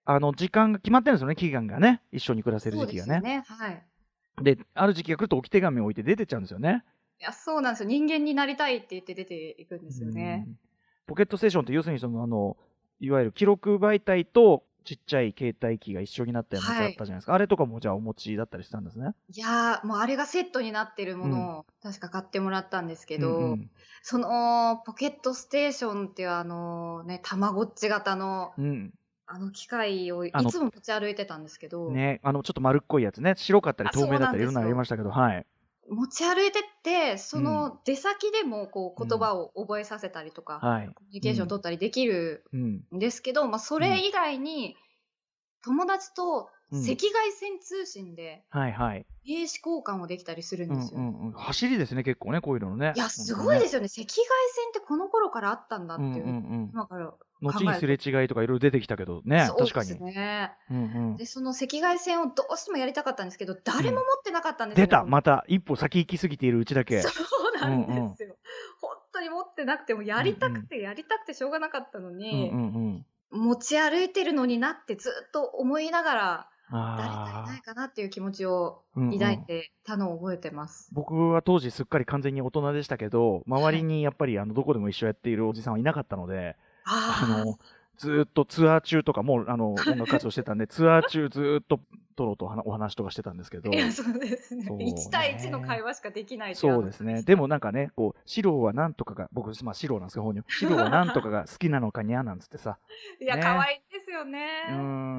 あの時間が決まってるんですよね、期間がね、一緒に暮らせる時期がね。 そうですよね、はい。 で、ある時期が来ると置き手紙を置いて出てっちゃうんですよね。 いや、そうなんですよ。人間になりたいって言って出ていくんですよね。 ポケットステーションって要するにそのあのいわゆる記録媒体とちっちゃい携帯機が一緒になったようなやつあったじゃないですか、はい、あれとかもじゃあお持ちだったりしたんですね。 いやー、もうあれがセットになってるものを確か買ってもらったんですけど、うんうん、そのポケットステーションっていうあのね、たまごっち型の、うん、あの機械をいつも持ち歩いてたんですけど、 ね、あのちょっと丸っこいやつね、白かったり透明だったりいろんなのありましたけど、はい。 持ち歩いてってその出先でもこう言葉を覚えさせたりとか、うん、コミュニケーション取ったりできるんですけど、うん、まあ、それ以外に友達と赤外線通信で名刺交換をできたりするんですよ、 うんうんうん、走りですね結構ね、こういうのね。 いやすごいですよね、赤外線ってこの頃からあったんだっていう、うんうんうん、今から後にすれ違いとかいろいろ出てきたけどね、 そうですね、確かに、うんうん、でその赤外線をどうしてもやりたかったんですけど誰も持ってなかったんですよ、ね、 出た、また一歩先行き過ぎているうちだけ。 そうなんですよ、うんうん、本当に持ってなくてもやりたくてやりたくてしょうがなかったのに、うんうんうん、持ち歩いてるのになってずっと思いながら誰かいないかなっていう気持ちを抱いてたのを覚えてます、 うんうん、僕は当時すっかり完全に大人でしたけど、周りにやっぱりあのどこでも一緒やっているおじさんはいなかったので、あのずっとツアー中とかもあの音楽活動してたんでツアー中ずっとトロとお話とかしてたんですけど、 いやそうですね、いち対いちの会話しかできないってそうですね。でもなんかね、こうシロはなんとかが、僕まあシロなんですけど、シロはなんとかが好きなのかにゃなんつってさいや、ね、可愛いですよね。 うん、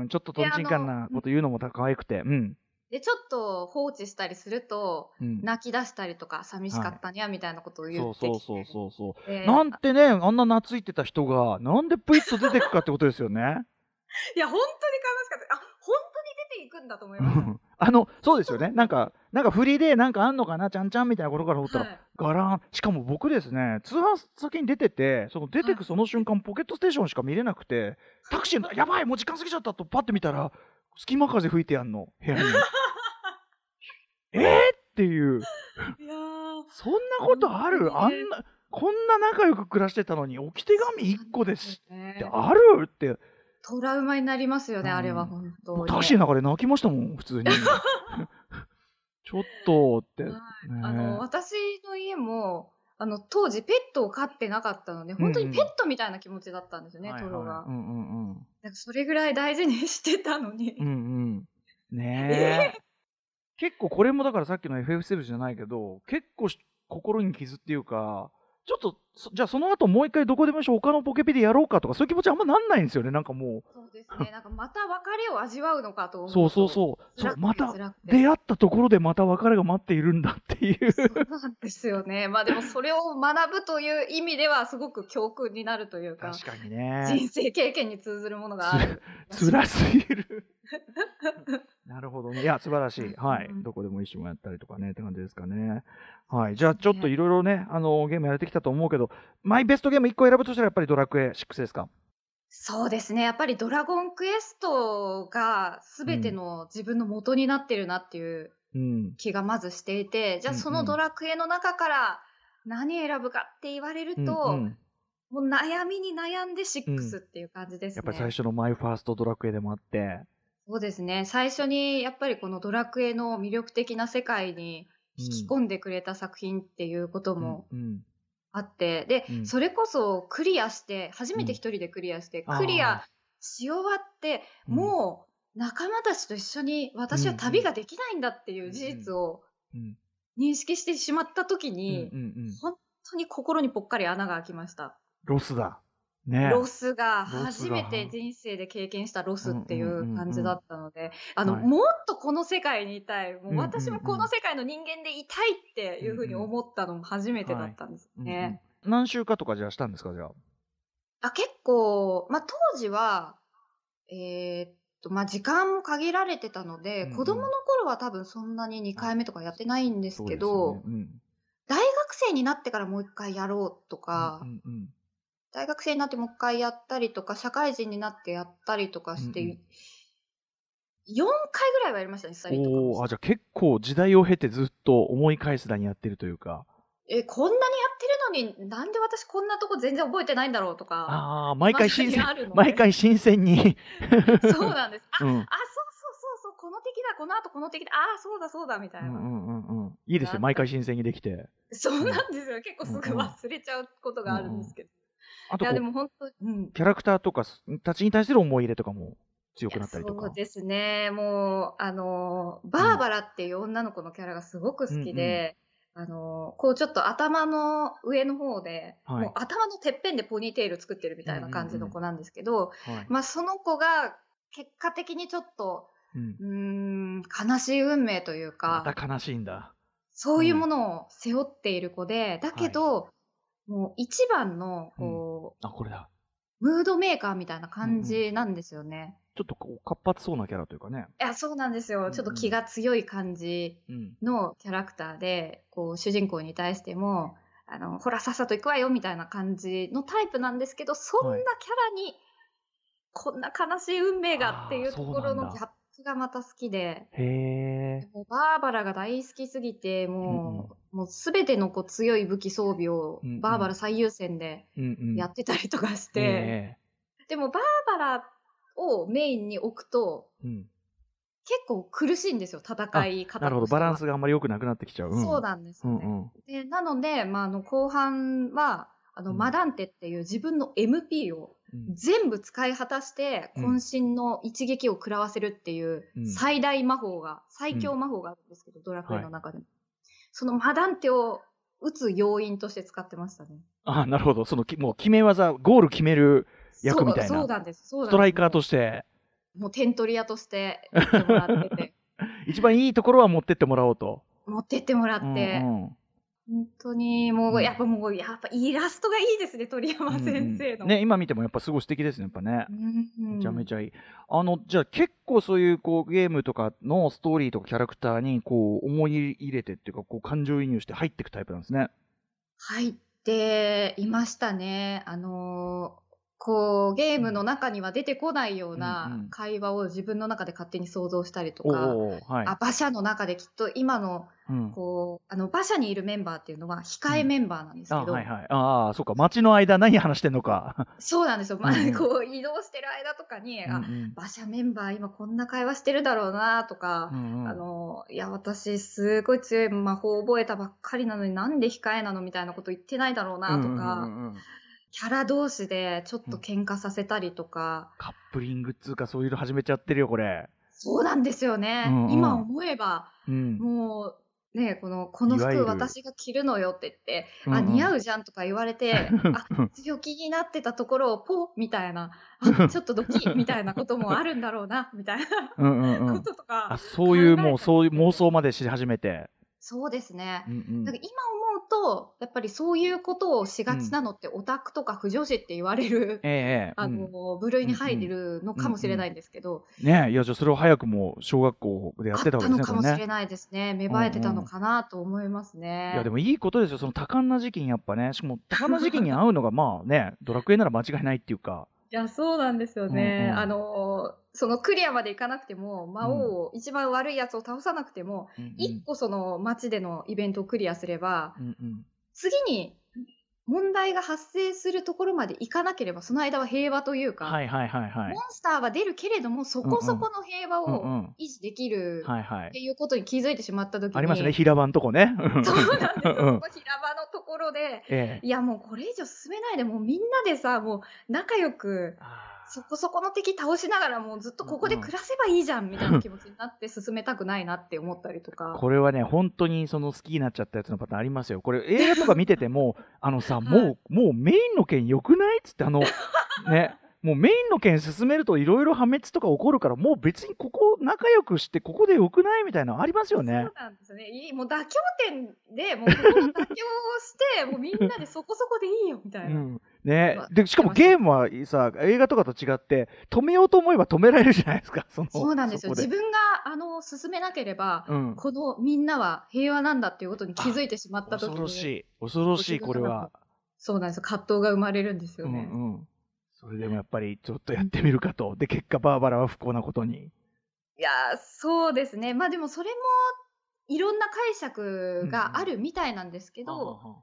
ちょっととんちんかんなこと言うのも可愛くて、うん。 でちょっと放置したりすると、うん、泣き出したりとか寂しかったにゃみたいなことを言ってきて、はい、 そうそうそうそうそう、えー、なんてね、あんな懐いてた人がなんでプイッと出てくかってことですよね。 いや本当に悲しかった。あ、本当に出ていくんだと思いましたあのそうですよね、なんかなんか振りでなんかあんのかな、ちゃんちゃんみたいなことから思ったら、はい、ガラン。しかも僕ですね、ツアー先に出てて、その出てくその瞬間、はい、ポケットステーションしか見れなくて、タクシーのやばいもう時間過ぎちゃったとパッて見たら隙間風吹いてやんの部屋にえーっていういやそんなことある、あんなこんな仲良く暮らしてたのに置き手紙いっこですってあるってトラウマになりますよね、うん、あれは本当に。 タクシーの中で泣きましたもん普通にちょっとって、ね、 あの私の家もあの当時ペットを飼ってなかったので本当にペットみたいな気持ちだったんですよね、うんうん、トロが、うんうんうん、なんかそれぐらい大事にしてたのに、うんうん、 ねえ結構これもだからさっきの エフエフセブン じゃないけど結構心に傷っていうか、ちょっとじゃあその後もう一回どこでもいいし他のポケピでやろうかとかそういう気持ちあんまなんないんですよね、なんかもう。 そうですね、なんかまた別れを味わうのかと思うとそうそうそうそう、また出会ったところでまた別れが待っているんだっていうそうなんですよね。まあでもそれを学ぶという意味ではすごく教訓になるというか、 確かにね、 人生経験に通ずるものがある。 つらすぎるなるほどね、いや素晴らしい、はい、うん、どこでも一緒もやったりとかねって感じですかね。はい、じゃあちょっといろいろね、あのゲームやれてきたと思うけど、マイベストゲームいっこ選ぶとしたらやっぱりドラクエシックスですか？ そうですね、やっぱりドラゴンクエストが全ての自分の元になってるなっていう気がまずしていて、うん、じゃあそのドラクエの中から何選ぶかって言われると、うんうん、もう悩みに悩んでシックスっていう感じですね、 うん、やっぱり最初のマイファーストドラクエでもあって、 そうですね、最初にやっぱりこのドラクエの魅力的な世界に引き込んでくれた作品っていうこともあって、で、うん、それこそクリアして初めて一人でクリアして、うん、クリアし終わって、うん、もう仲間たちと一緒に私は旅ができないんだっていう事実を認識してしまった時に、うんうんうん、本当に心にぽっかり穴が開きました。 ロスだね、 ロスが初めて人生で経験したロスっていう感じだったので、あの、はい、もっとこの世界にいたい、もう私もこの世界の人間でいたいっていうふうに思ったのも初めてだったんですね、はい、うんうん、 何週かとかじゃあしたんですか？じゃああ結構、まあ、当時はえー、っとまあ時間も限られてたので、うんうん、子供の頃は多分そんなににかいめとかやってないんですけど、ね、うん、大学生になってからもう一回やろうとか、うんうんうん、大学生になってもう一回やったりとか、社会人になってやったりとかして、うんうん、よんかいぐらいはやりましたね、スタリーとかも。 あ、じゃあ結構時代を経てずっと思い返すだにやってるというか。 え、こんなにやってるのになんで私こんなとこ全然覚えてないんだろうとか、 ああ、毎回新鮮まさにあるので毎回新鮮にそうなんです。あ、 うんあ、そうそうそうそう、この敵だ、この後この敵だ、ああ、そうだそうだみたいな。 うんうんうんうん、いいですよ、毎回新鮮にできて。 そうなんですよ。結構すぐ忘れちゃうことがあるんですけど。 あとこういやでも本当、うん。 キャラクターとかすたちに対する思い入れとかも強くなったりとか。 そうですね。もう、あの、バーバラっていう女の子のキャラがすごく好きで、あの、こうちょっと頭の上の方で、 はいもう頭のてっぺんでポニーテール作ってるみたいな感じの子なんですけど、 はいまあその子が結果的にちょっと、 うんうーん、悲しい運命というまか、 た悲しいんだ。 そういうものを背負っている子で、だけど、もう一番の、こあ、これだ。 う、ムードメーカーみたいな感じなんですよね。 ちょっとこう活発そうなキャラというかね。 いや、そうなんですよ。ちょっと気が強い感じうんのキャラクターで、こう、主人公に対しても、あの、ほら、さっさと行くわよみたいな感じのタイプなんですけど、そんなキャラに、こんな悲しい運命がっていうところのギャップがまた好きで、 へえ。 もうバーバラが大好きすぎて、もう、もうすべてのこう強い武器装備をうんうんバーバラ最優先でうんうん。 やってたりとかして、 へでもバーバラをメインに置くと、 ーうん。 結構苦しいんですよ、戦い方としては。 なるほど、バランスがあんまり良くなくなってきちゃう。うん、 そうなんですよね。 うんうんでなので、まあ、あの後半はあの、 うんマダンテっていう自分の エムピー をうん全部使い果たして、 うん渾身の一撃を食らわせるっていううん最大魔法が、最強魔法があるんですけど、ドラクエの中でも、そのマダンテを打つ要因として使ってましたね。 あ、なるほど、そのきもう決め技、ゴール決める役みたいな。 そうそうなんです。そうなんです。 ストライカーとしてもう点取り屋としてやってもらってて一番いいところは持ってってもらおうと。 持ってってもらって、 うんうん本当にもう、 うんやっぱもうやっぱイラストがいいですね、鳥山先生の。 うんうんね、今見てもやっぱすごい素敵ですね、やっぱね。 うんめちゃめちゃいい。あの、じゃあ結構そういうこうゲームとかのストーリーとかキャラクターにこう思い入れてっていうか、こう感情移入して入っていくタイプなんですね。 入っていましたね。あのーこうゲームの中には出てこないよううんうなん会話を自分の中で勝手に想像したりとか、 おーはい。 あ馬車の中できっと今のうんこうあの馬車にいるメンバーっていうのは控えメンバーなんですけど、 あはいはい。ああ、そうか。街の間何話してんのか。 そうなんですよ、まあうんうんこう移動してる間とかに、あうんうん馬車メンバー今こんな会話してるだろうなとか、 うんうんあのいや私すごい強い魔法を覚えたばっかりなのになんで控えなのみたいなこと言ってないだろうなとか、 うんうんうんうんキャラ同士でちょっと喧嘩させたりとか、 カップリングっつうかそういうの始めちゃってるよこれ。 そうなんですよね、 うんうん今思えばうん。 もうねこのこのいわゆる服私が着るのよって言って、 うんうんあ似合うじゃんとか言われて、あ強気になってたところをポッみたいな、あちょっとドキッみたいなこともあるんだろうなみたいなうんうんうこん。 ととか、 あ、そういう考えたりもうそういう妄想までし始めて。 そうですね、 うんうんだから今思うとやっぱりそういうことをしがちなのってオタクとか不女子って言われる、 ええあうんの部類に入るのかもしれないんですけど、 ねえ、いやじゃあそれを早くも小学校でやってたわけですね。 あったのかもしこれねれないですね。芽生えてたのかなと思いますね。 いやでもいいことですよ、その多感な時期にやっぱね、しかも多感な時期に会うのがまあね、ドラクエなら間違いないっていうか。 いや、そうなんですよね。 うんうんあの、そのクリアまでいかなくても、魔王を、一番悪いやつを倒さなくても、 うんうん一個その街でのイベントをクリアすれば、 うんうん次に問題が発生するところまでいかなければ、その間は平和というか、 はいはいはいはいモン。スターは出るけれども、そこそこの平和をうんうん維持できるはいはい。 っていうことに気づいてしまったときに、 ありますね、平場のとこね。 そうなんですよ。 うんそこ平場のところで、 ええ。 いやもうこれ以上進めないで、もうみんなでさ、もう仲良く、 あそこそこの敵倒しながらもうずっとここで暮らせばいいじゃんみたいな気持ちになって進めたくないなって思ったりとーか。 これはね、本当にその好きになっちゃったやつのパターンありますよ。これ映画とか見てても、あのさ、もう、もうメインの件良くないっつって、あの、ね。もうメインの件進めるといろいろ破滅とか起こるから、もう別にここ仲良くしてここでよくないみたいなのありますよねそう。なんですね。いいもう妥協点で、もうここを妥協して、もうみんなでそこそこでいいよみたいな。 うんねうわ、 でしかもゲームはさ、映画とかと違って止めようと思えば止められるじゃないですか。そのそうなんですよ。 そこ自分があの進めなければ、 うん、 このみんなは平和なんだっていうことに気づいてしまった時に、 恐ろしい恐ろしいこれは。 そうなんですよ。葛藤が生まれるんですよね。 うんうん、それでもやっぱりちょっとやってみるかと。で結果バーバラは不幸なことに。 いやーそうですね。まあでもそれもいろんな解釈があるみたいなんですけど、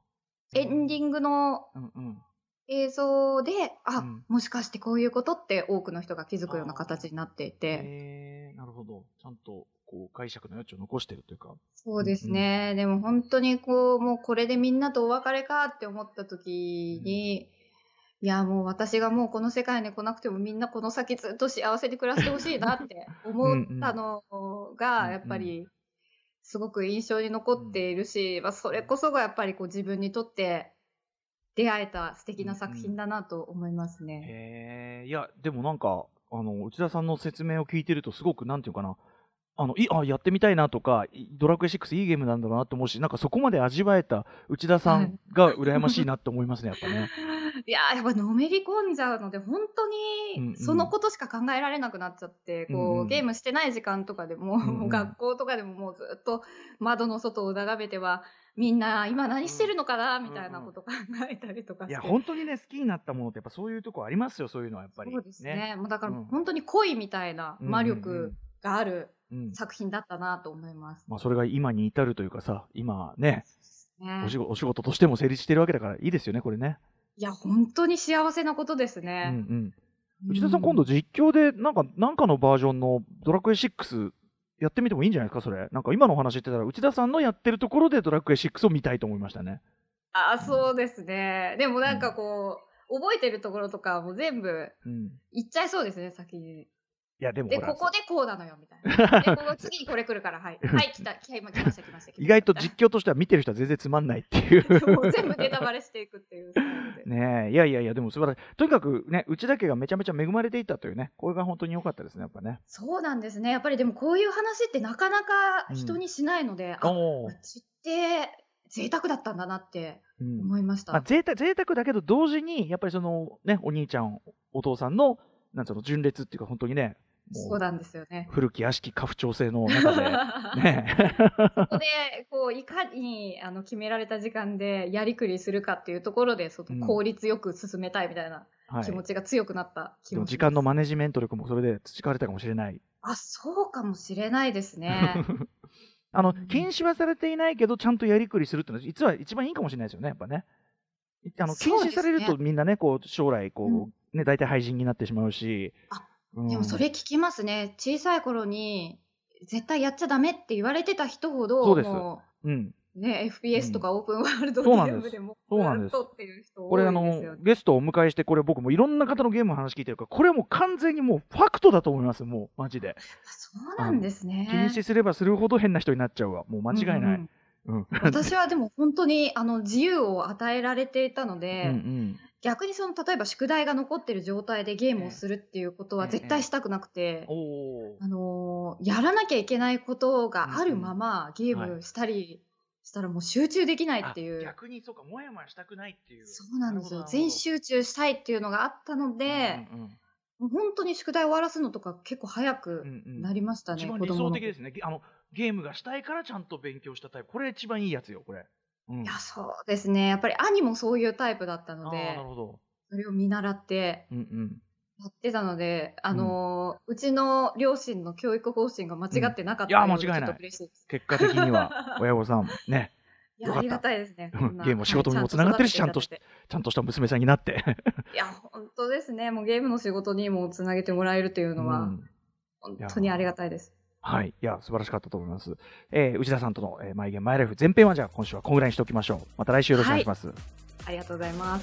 エンディングの映像で、うんうん、あ、うん、もしかしてこういうことって多くの人が気づくような形になっていて。 へー、なるほど。ちゃんとこう解釈の余地を残してるというか。 そうですね。うんうん、でも本当にこう、もうこれでみんなとお別れかって思った時に、うん、いやもう私がもうこの世界に来なくてもみんなこの先ずっと幸せに暮らしてほしいなって思ったのがやっぱりすごく印象に残っているし、うん、まあ、それこそがやっぱりこう自分にとって出会えた素敵な作品だなと思いますね。 うんうん、へー、いやでもなんかあの内田さんの説明を聞いてるとすごくなんていうかな、あのいあやってみたいなとか、ドラクエシックスいいゲームなんだなって思うし、なんかそこまで味わえた内田さんが羨ましいなって思いますね、やっぱね。 いやー、やっぱのめり込んじゃうので、本当にそのことしか考えられなくなっちゃって、うんうん、こうゲームしてない時間とかでも、うんうん、学校とかでももうずっと窓の外を眺めては、みんな今何してるのかな、うん、みたいなこと考えたりとかして。 いや本当にね、好きになったものってやっぱそういうとこありますよ、そういうのはやっぱり。 そうですね。ね、もうだから本当に恋みたいな魔力がある、うんうんうん、作品だったなと思います。 まあ、それが今に至るというかさ、今ね、ね、お仕事、お仕事としても成立してるわけだからいいですよね、これね。 いや本当に幸せなことですね。 うんうん、内田さん、今度実況でなんかなんかのバージョンのドラクエシックスやってみてもいいんじゃないですか、それ。なんか今のお話言ってたら内田さんのやってるところでドラクエシックスを見たいと思いましたね。 あ、そうですね。でもなんかこう、うん、覚えてるところとかも全部言っちゃいそうですね、先に。 いやでもでここでこうなのよみたいな。でここ次にこれ来るから、はいはい来た来ました来ました来ました。 意外と実況としては見てる人は全然つまんないっていう。 もう全部ネタバレしていくっていうスタイルで。 ねえ、いやいやいやでも素晴らしい。とにかくね、内田家がめちゃめちゃ恵まれていたというね、これが本当に良かったですね、やっぱね。 そうなんですね。やっぱりでもこういう話ってなかなか人にしないので、うん、あ、うちって贅沢だったんだなって思いました。 うん、まあ、贅沢贅沢だけど同時にやっぱりそのね、お兄ちゃんお父さんのなんつうの純烈っていうか本当にね。 そうなんですよね。 古き屋敷家父長制の中で、ね、 そこでこういかにあの決められた時間でやりくりするかっていうところでその効率よく進めたいみたいな気持ちが強くなった気持ちです。 はい、でも時間のマネジメント力もそれで培われたかもしれない。 あ、そうかもしれないですね。 あの禁止はされていないけどちゃんとやりくりするっていうのは実は一番いいかもしれないですよね、やっぱね。あの禁止されるとみんなね、こう将来こう、うん、ね、大体廃人になってしまうし。 あ、でもそれ聞きますね。小さい頃に絶対やっちゃダメって言われてた人ほど、 そうです。 もう、 うん、 ね、エフピーエス とかオープンワールドゲームでもそうなんです。 っていう人これあのゲストをお迎えして、これ僕もいろんな方のゲームの話聞いてるから、これはもう完全にもうファクトだと思います。もうマジで。 そうなんですね。 気にしすればするほど変な人になっちゃうわ。もう間違いない。うんうん、私はでも本当にあの自由を与えられていたので。うんうん、逆にその例えば宿題が残ってる状態でゲームをするっていうことは絶対したくなくて、えええ、あのー、やらなきゃいけないことがあるままゲームしたりしたらもう集中できないっていう、 逆にそうか、もやもやしたくないっていう。 そうなんですよ。全集中したいっていうのがあったので、うんうん、もう本当に宿題終わらすのとか結構早くなりましたね、 うんうん、一番理想的ですね。あのゲームがしたいからちゃんと勉強したタイプ、これ一番いいやつよこれ。 うん、いやそうですね。やっぱり兄もそういうタイプだったので、 なるほど、 それを見習ってやってたので、うんうん、あのー、うちの両親の教育方針が間違ってなかったので、うん、いや間違いない。 結果的には親御さんね、 いやありがたいですね。 ゲーム仕事にもつながってるし、ちゃんとしちゃんとした娘さんになっていや本当ですね。もうゲームの仕事にもつなげてもらえるというのは、うん、本当にありがたいです。 はい、いや素晴らしかったと思います。えー、内田さんとの、えー、マイゲームマイライフ前編はじゃあ今週はこんぐらいにしておきましょう。また来週よろしくお願いします。はい、 ありがとうございます。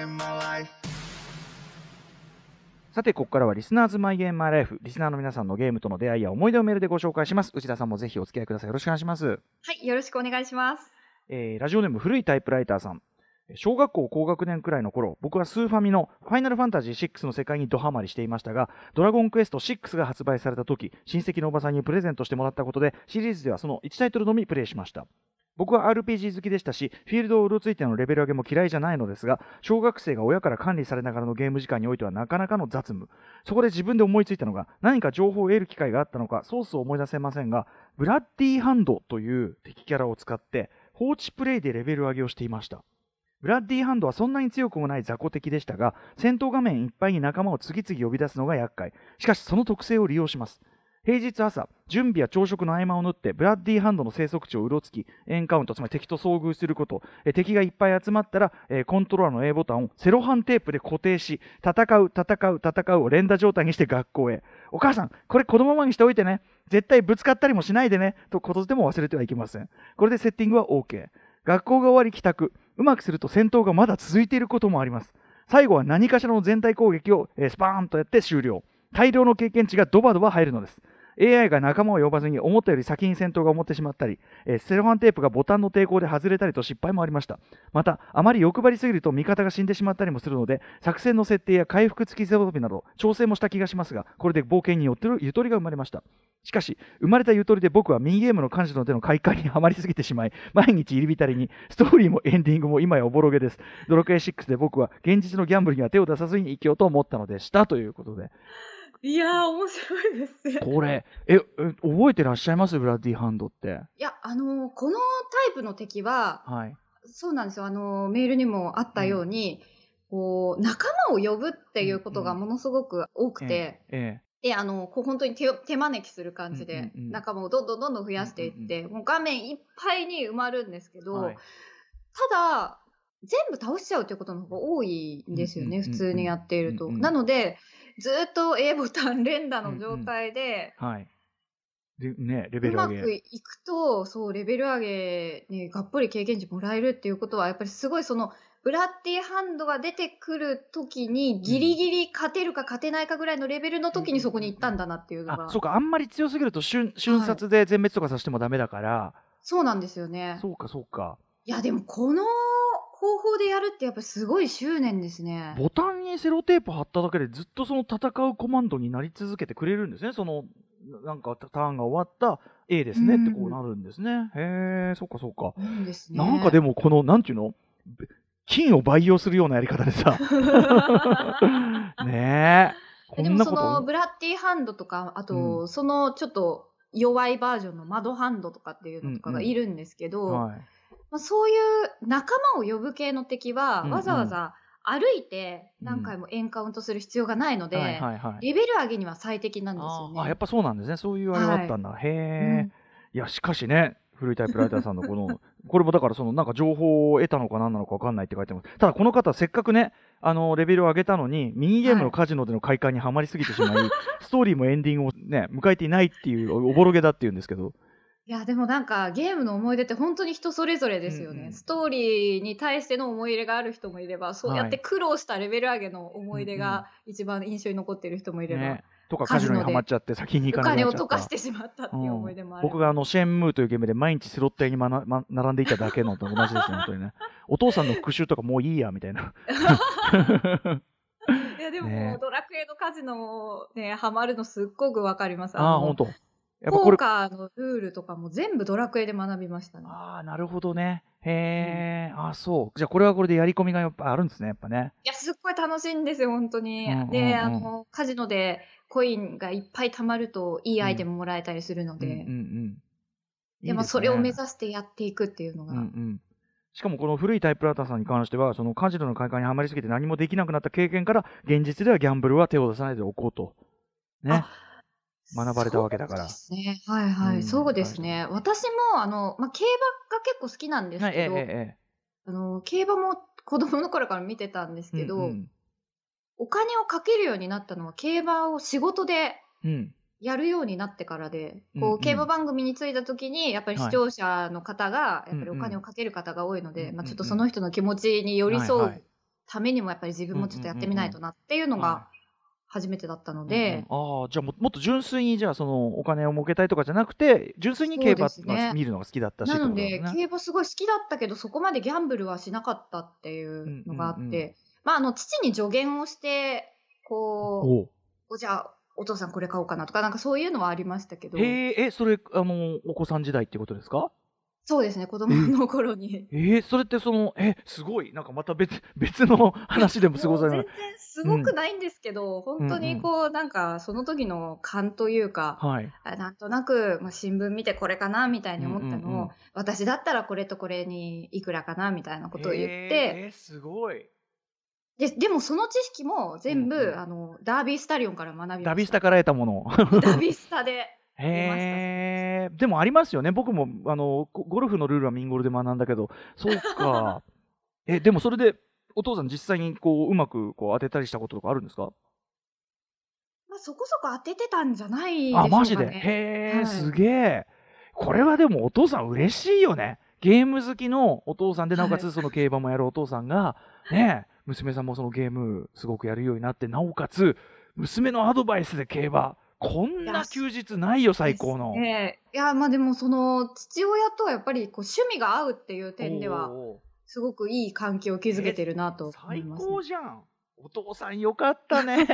さてここからはリスナーズマイゲームマイライフ、リスナーの皆さんのゲームとの出会いや思い出をメールでご紹介します。内田さんもぜひお付き合いください。よろしくお願いします。はい、よろしくお願いします。 えー、ラジオネーム古いタイプライターさん。小学校高学年くらいの頃、僕はスーファミのファイナルファンタジーシックスの世界にドハマりしていましたが、ドラゴンクエストシックスが発売された時、親戚のおばさんにプレゼントしてもらったことで、シリーズではそのいちタイトルのみプレイしました。僕は アールピージー 好きでしたし、フィールドをうろついてのレベル上げも嫌いじゃないのですが、小学生が親から管理されながらのゲーム時間においてはなかなかの雑務。そこで自分で思いついたのが、何か情報を得る機会があったのかソースを思い出せませんが、ブラッディハンドという敵キャラを使って放置プレイでレベル上げをしていました。ブラッディハンドはそんなに強くもない雑魚敵でしたが、戦闘画面いっぱいに仲間を次々呼び出すのが厄介。しかしその特性を利用します。 平日朝、準備や朝食の合間を縫ってブラッディハンドの生息地をうろつき、エンカウント、つまり敵と遭遇すること、え敵がいっぱい集まったら、えーコントローラーの A ボタンをセロハンテープで固定し、戦う、戦う、戦うを連打状態にして学校へ。お母さん、これこのままにしておいてね。絶対ぶつかったりもしないでね。とことでも忘れてはいけません。これでセッティングは OK。学校が終わり帰宅。うまくすると戦闘がまだ続いていることもあります。最後は何かしらの全体攻撃を、えースパーンとやって終了。大量の経験値がドバドバ入るのです。エーアイ が仲間を呼ばずに思ったより先に戦闘が思ってしまったり、えーセロハンテープがボタンの抵抗で外れたりと失敗もありました。また、あまり欲張りすぎると味方が死んでしまったりもするので、作戦の設定や回復付き装備など調整もした気がしますが、これで冒険によってゆとりが生まれました。しかし、生まれたゆとりで僕はミニゲームの幹事の手の快感にはまりすぎてしまい、毎日入り浸りに、ストーリーもエンディングも今やおぼろげです。ドラクエシックスで僕は現実のギャンブルには手を出さずに生きようと思ったのでした。ということで。 いやー、面白いですね。 これ、え、え覚えてらっしゃいますブラッディハンドって。 いや、あのーこのタイプの敵は、 はい。 そうなんですよ。あのーメールにもあったように、こう、仲間を呼ぶっていうことがものすごく多くて、 えで、あの、こう本当に手を手招きする感じで、 うんうんうん仲間をどんどんどんどん増やしていって、もう画面いっぱいに埋まるんですけど、 えはい。 ただ、全部倒しちゃうということの方が多いんですよね、 うんうんうんうん普通にやっていると。 うんうんなので、ずっと A ボタン連打の状態で、 はい。で、ね、レベうル上げ。 まくいくと、そう、レベル上げ、ね、がっぽり経験値もらえるっていうことは、やっぱりすごいその、ブラッディハンドが出てくるときに、ギリギリ勝てるか勝てないかぐらいのレベルのときにそこに行ったんだなっていうのが。 あ、そうか、あんまり強すぎると瞬瞬殺で全滅とかさせてもダメだから。 そうなんですよね。 そうか、そうか。 いや、でもこの方法でやるってやっぱりすごい執念ですね。 ボタンにセロテープ貼っただけでずっとその戦うコマンドになり続けてくれるんですね。その、なんかターンが終わった A ですねってこうなるんですね。へえ、そうかそうか。 うんですね。 なんかでもこの、なんていうの金を培養するようなやり方でさ。ねえ。こでんなこと。 もそのブラッディハンドとか、あと、 うんそのちょっと弱いバージョンのマドハンドとかっていうのとかがいるんですけど、 はい。 まあ、そういう仲間を呼ぶ系の敵は、 うんうんわざわざ歩いて何回もエンカウントする必要がないので、 はいはいはい。 レベル上げには最適なんですよね。 あーあ、やっぱそうなんですね。そういうあれがあったんだ。へえ、 うんいや、しかしね、古いタイプライターさんのこの、これもだからそのなんか情報を得たのか何なのか分かんないって書いてます。ただこの方、せっかくね、あの、レベルを上げたのに、ミニゲームのカジノでの快感にはまりすぎてしまい、ストーリーもエンディングもね、迎えていないっていう、おぼろげだっていうんですけど。 いや、でもなんかゲームの思い出って本当に人それぞれですよね。 うんうんストーリーに対しての思い入れがある人もいれば、そうやって苦労したレベル上げの思い出が一番印象に残っている人もいれば、 ね、とかカジノにはまっちゃって先に行おかなくなっちゃった。 金を溶かしてしまったっていう思い出もある。 僕があのシェンムーというゲームで毎日スロット屋に、まなま、並んでいただけのと同じですね、本当にね。お父さんの復讐とかもういいやみたいな。 いやでも、 ねドラクエのカジノね、ハマるのすっごくわかります。 ああ、 の本当。やっぱこポーれ、 カーのルールとかも全部ドラクエで学びましたね。 ああ、なるほどね。へえ、ああ、そう。じゃあこれはこれでやり込みがやっぱあるんですね、やっぱね。 いや、すっごい楽しいんですよ、本当に。 うんうんうんで、あの、カジノでコインがいっぱい貯まるといいアイテムもらえたりするので、 うんうんうん。 でもそれを目指すしてやっていくっていうのが、 うんうん。しかもこの古いタイプライターさんに関しては、そのカジノの快感にはまりすぎて何もできなくなった経験から、現実ではギャンブルは手を出さないでおこうと。ね。学ばれたわけだから。 そうですね。はいはい、 うんそうですね。私も、あの、まあ、競馬が結構好きなんですはい、ええけど、 ええ。 あの、競馬も子供の頃から見てたんですけど、 うんうんお金をかけるようになったのは競馬を仕事でうん。 やるようになってからで、 うんうんこう競馬番組に就いた時にやっぱり視聴者の方がやっぱりおうんうん金をかける方が多いので、 うんうんまあ、ちょっとその人の気持ちに寄り添はいはいうためにもやっぱり自分もちょっとやってみないとなっていうのがは初めてだったのいで、 うんうんああ、じゃあももっと純粋に、じゃあそのお金を儲けたいとかじゃなくて、純粋に競馬そうですねが見るのが好きだったしなのってことだねで競馬すごい好きだったけどそこまでギャンブルはしなかったっていうのがあって、 うんうんうんまああの父に助言をしてこおううおじゃあお父さんこれ買おうかなとかなんかそういうのはありましたけど、 へえ、え、それ、あの、お子さん時代ってことですか？ そうですね、子供の頃に。 えー、それってその、え、すごい、なんかまた別、別の話でもすごさが。 もう全然すごくないんですけど、本当にこう、なんかその時の勘というか、 はい。 あなんとなく、まあ、新聞見てこれかなみたいに思ったのを、 うんうんうん私だったらこれとこれにいくらかなみたいなことを言って、 えー、すごい。 ででもその知識も全部、 うんうん、 あのダービースタリオンから学びました。 ダビスタから得たものダビスタでへえ、でもありますよね。僕もあのゴルフのルールはミンゴルで学んだけど、そうかえでもそれでお父さん実際にこううまくこう当てたりしたこととかあるんですか？ まあ、そこそこ当ててたんじゃないでしょうかね。 あ、マジで。へえ、 はい、 すげえ。これはでもお父さん嬉しいよね。ゲーム好きのお父さんで、なおかつその競馬もやるお父さんが、ね、娘さんもそのゲームすごくやるようになって、なおかつ娘のアドバイスで競馬。こんな休日ないよ、最高の。 ね、いや、まあでもその父親とはやっぱりこう趣味が合うっていう点では、すごくいい関係を築けてるなと思います、ね。 最高じゃん。お父さんよかったね。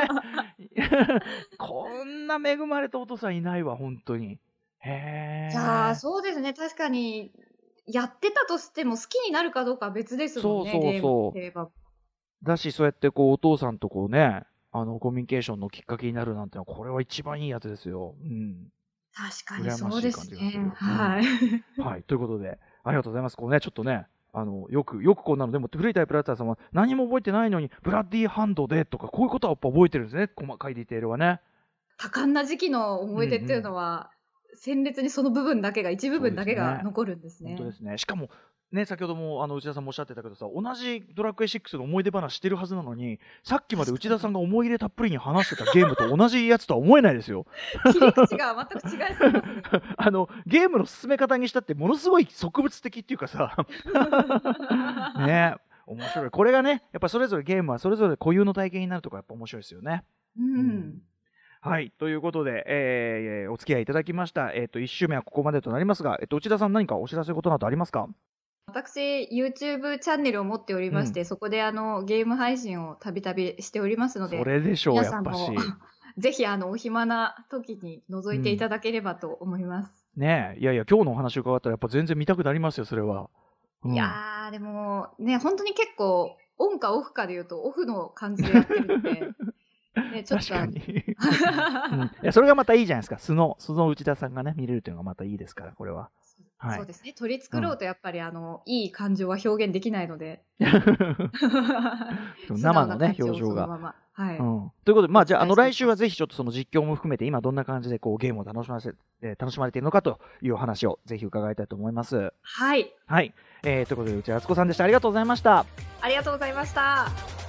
こんな恵まれたお父さんいないわ、本当に。へえ。 いや、そうですね。確かにやってたとしても好きになるかどうかは別ですもんね。 そうそうそう。だし、そうやってこうお父さんとこうね、あのコミュニケーションのきっかけになるなんてのは、これは一番いいやつですよ。うん。 確かにそうですね。はい、 うん。はい。ということで、ありがとうございます。こうね、ちょっとね、あのよくよくこんなのでも古いタイプラッターさんは何も覚えてないのにブラッディーハンドでとかこういうことはやっぱ覚えてるんですね、細かいディテールはね。 多感な時期の思い出っていうのは、うんうん、鮮烈にその部分だけが一部分だけが残るんですね。 本当ですね。しかもね、先ほどもあの内田さんもおっしゃってたけどさ、同じドラクエシックスの思い出話してるはずなのに、さっきまで内田さんが思い入れたっぷりに話してたゲームと同じやつとは思えないですよ。 切り口が全く違いすぎますね。 あのゲームの進め方にしたってものすごい植物的っていうかさね、面白い。これがね、やっぱそれぞれゲームはそれぞれ固有の体験になるとかやっぱ面白いですよね。 うん、うんはい、ということで、えー、お付き合いいただきました。えっといっ週目はここまでとなりますが、えっと内田さん何かお知らせことなどありますか？ 私 YouTube チャンネルを持っておりまして、うん、そこであのゲーム配信をたびたびしておりますので、 それでしょう、やっぱしぜひあのお暇な時に覗いていただければと思います、 うん、ねえ、いやいや今日のお話伺ったらやっぱ全然見たくなりますよ、それは、 うん、いやーでもね、本当に結構オンかオフかでいうとオフの感じでやってるのでね、ちょっと確かに、うん、いやそれがまたいいじゃないですか。素の素の内田さんがね見れるというのがまたいいですから、これは。 はい、そうですね。取り繕うとやっぱり、うん、あのいい感情は表現できないので生のね表情が、 まま、はい、 うん、ということで、まあじゃあ、あの来週はぜひちょっとその実況も含めて今どんな感じでこうゲームを楽しませ、えー、楽しまれているのかというお話をぜひ伺いたいと思います。 はい、 はい、えー、ということで内田敦子さんでした。ありがとうございました。 ありがとうございました。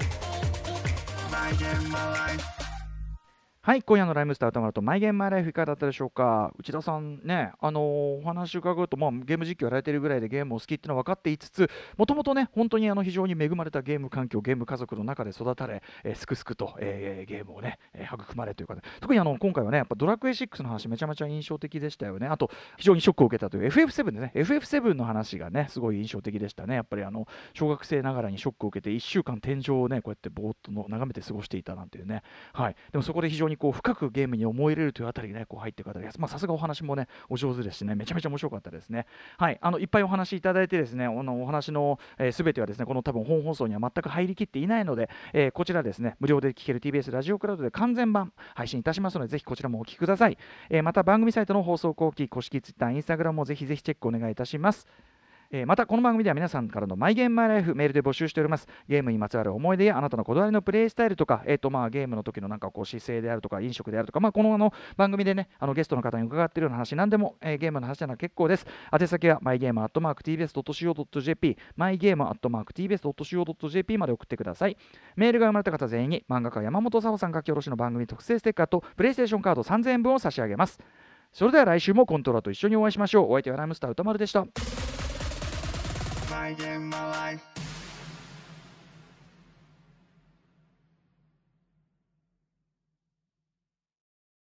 はい、今夜のライムスター歌丸とマイゲームマイライフいかがだったでしょうか。内田さんね、あのー、お話伺うと、まあ、ゲーム実況やられているぐらいでゲームを好きっていうのは分かっていつつ、もともとね本当にあの非常に恵まれたゲーム環境、ゲーム家族の中で育たれ、えー、すくすくと、えー、ゲームをね、えー、育まれというか、ね、特にあの今回はねやっぱドラクエシックスの話めちゃめちゃ印象的でしたよね。あと非常にショックを受けたという エフエフセブン でね エフエフセブン の話がねすごい印象的でしたね。やっぱりあの小学生ながらにショックを受けていっしゅうかん天井をねこうやってぼーっとの眺めて過ごしていたなんていうね、はい、でもそこで非常にこう深くゲームに思い入れるというあたりねこう入っていくあたりが、まあ、さすがお話もねお上手ですしね、めちゃめちゃ面白かったですね。はい、あのいっぱいお話いただいてですね、おのお話のすべ、えー、てはですねこの多分本放送には全く入りきっていないので、えー、こちらですね無料で聴ける ティービーエス ラジオクラウドで完全版配信いたしますので、ぜひこちらもお聞きください。えー、また番組サイトの放送後期公式 Twitter、Instagram もぜひぜひチェックお願いいたします。えー、またこの番組では皆さんからのマイゲームマイライフメールで募集しております。ゲームにまつわる思い出やあなたのこだわりのプレイスタイルとか、えーとまあ、ゲームの時のなんかこう姿勢であるとか飲食であるとか、まあ、このあの番組でねあのゲストの方に伺っているような話何でも、えー、ゲームの話なら結構です。宛先はマイゲームアットマーク ティービーエスドットシーオードットジェーピー マイゲームアットマーク ティービーエスドットシーオードットジェーピー まで送ってください。メールが読まれた方全員に漫画家山本佐穂さん書き下ろしの番組特製ステッカーとプレイステーションカードさんぜんえんぶんを差し上げます。それでは来週もコントローラーと一緒にお会いしましょう。お相手はライムスター歌丸でした。My game, my life.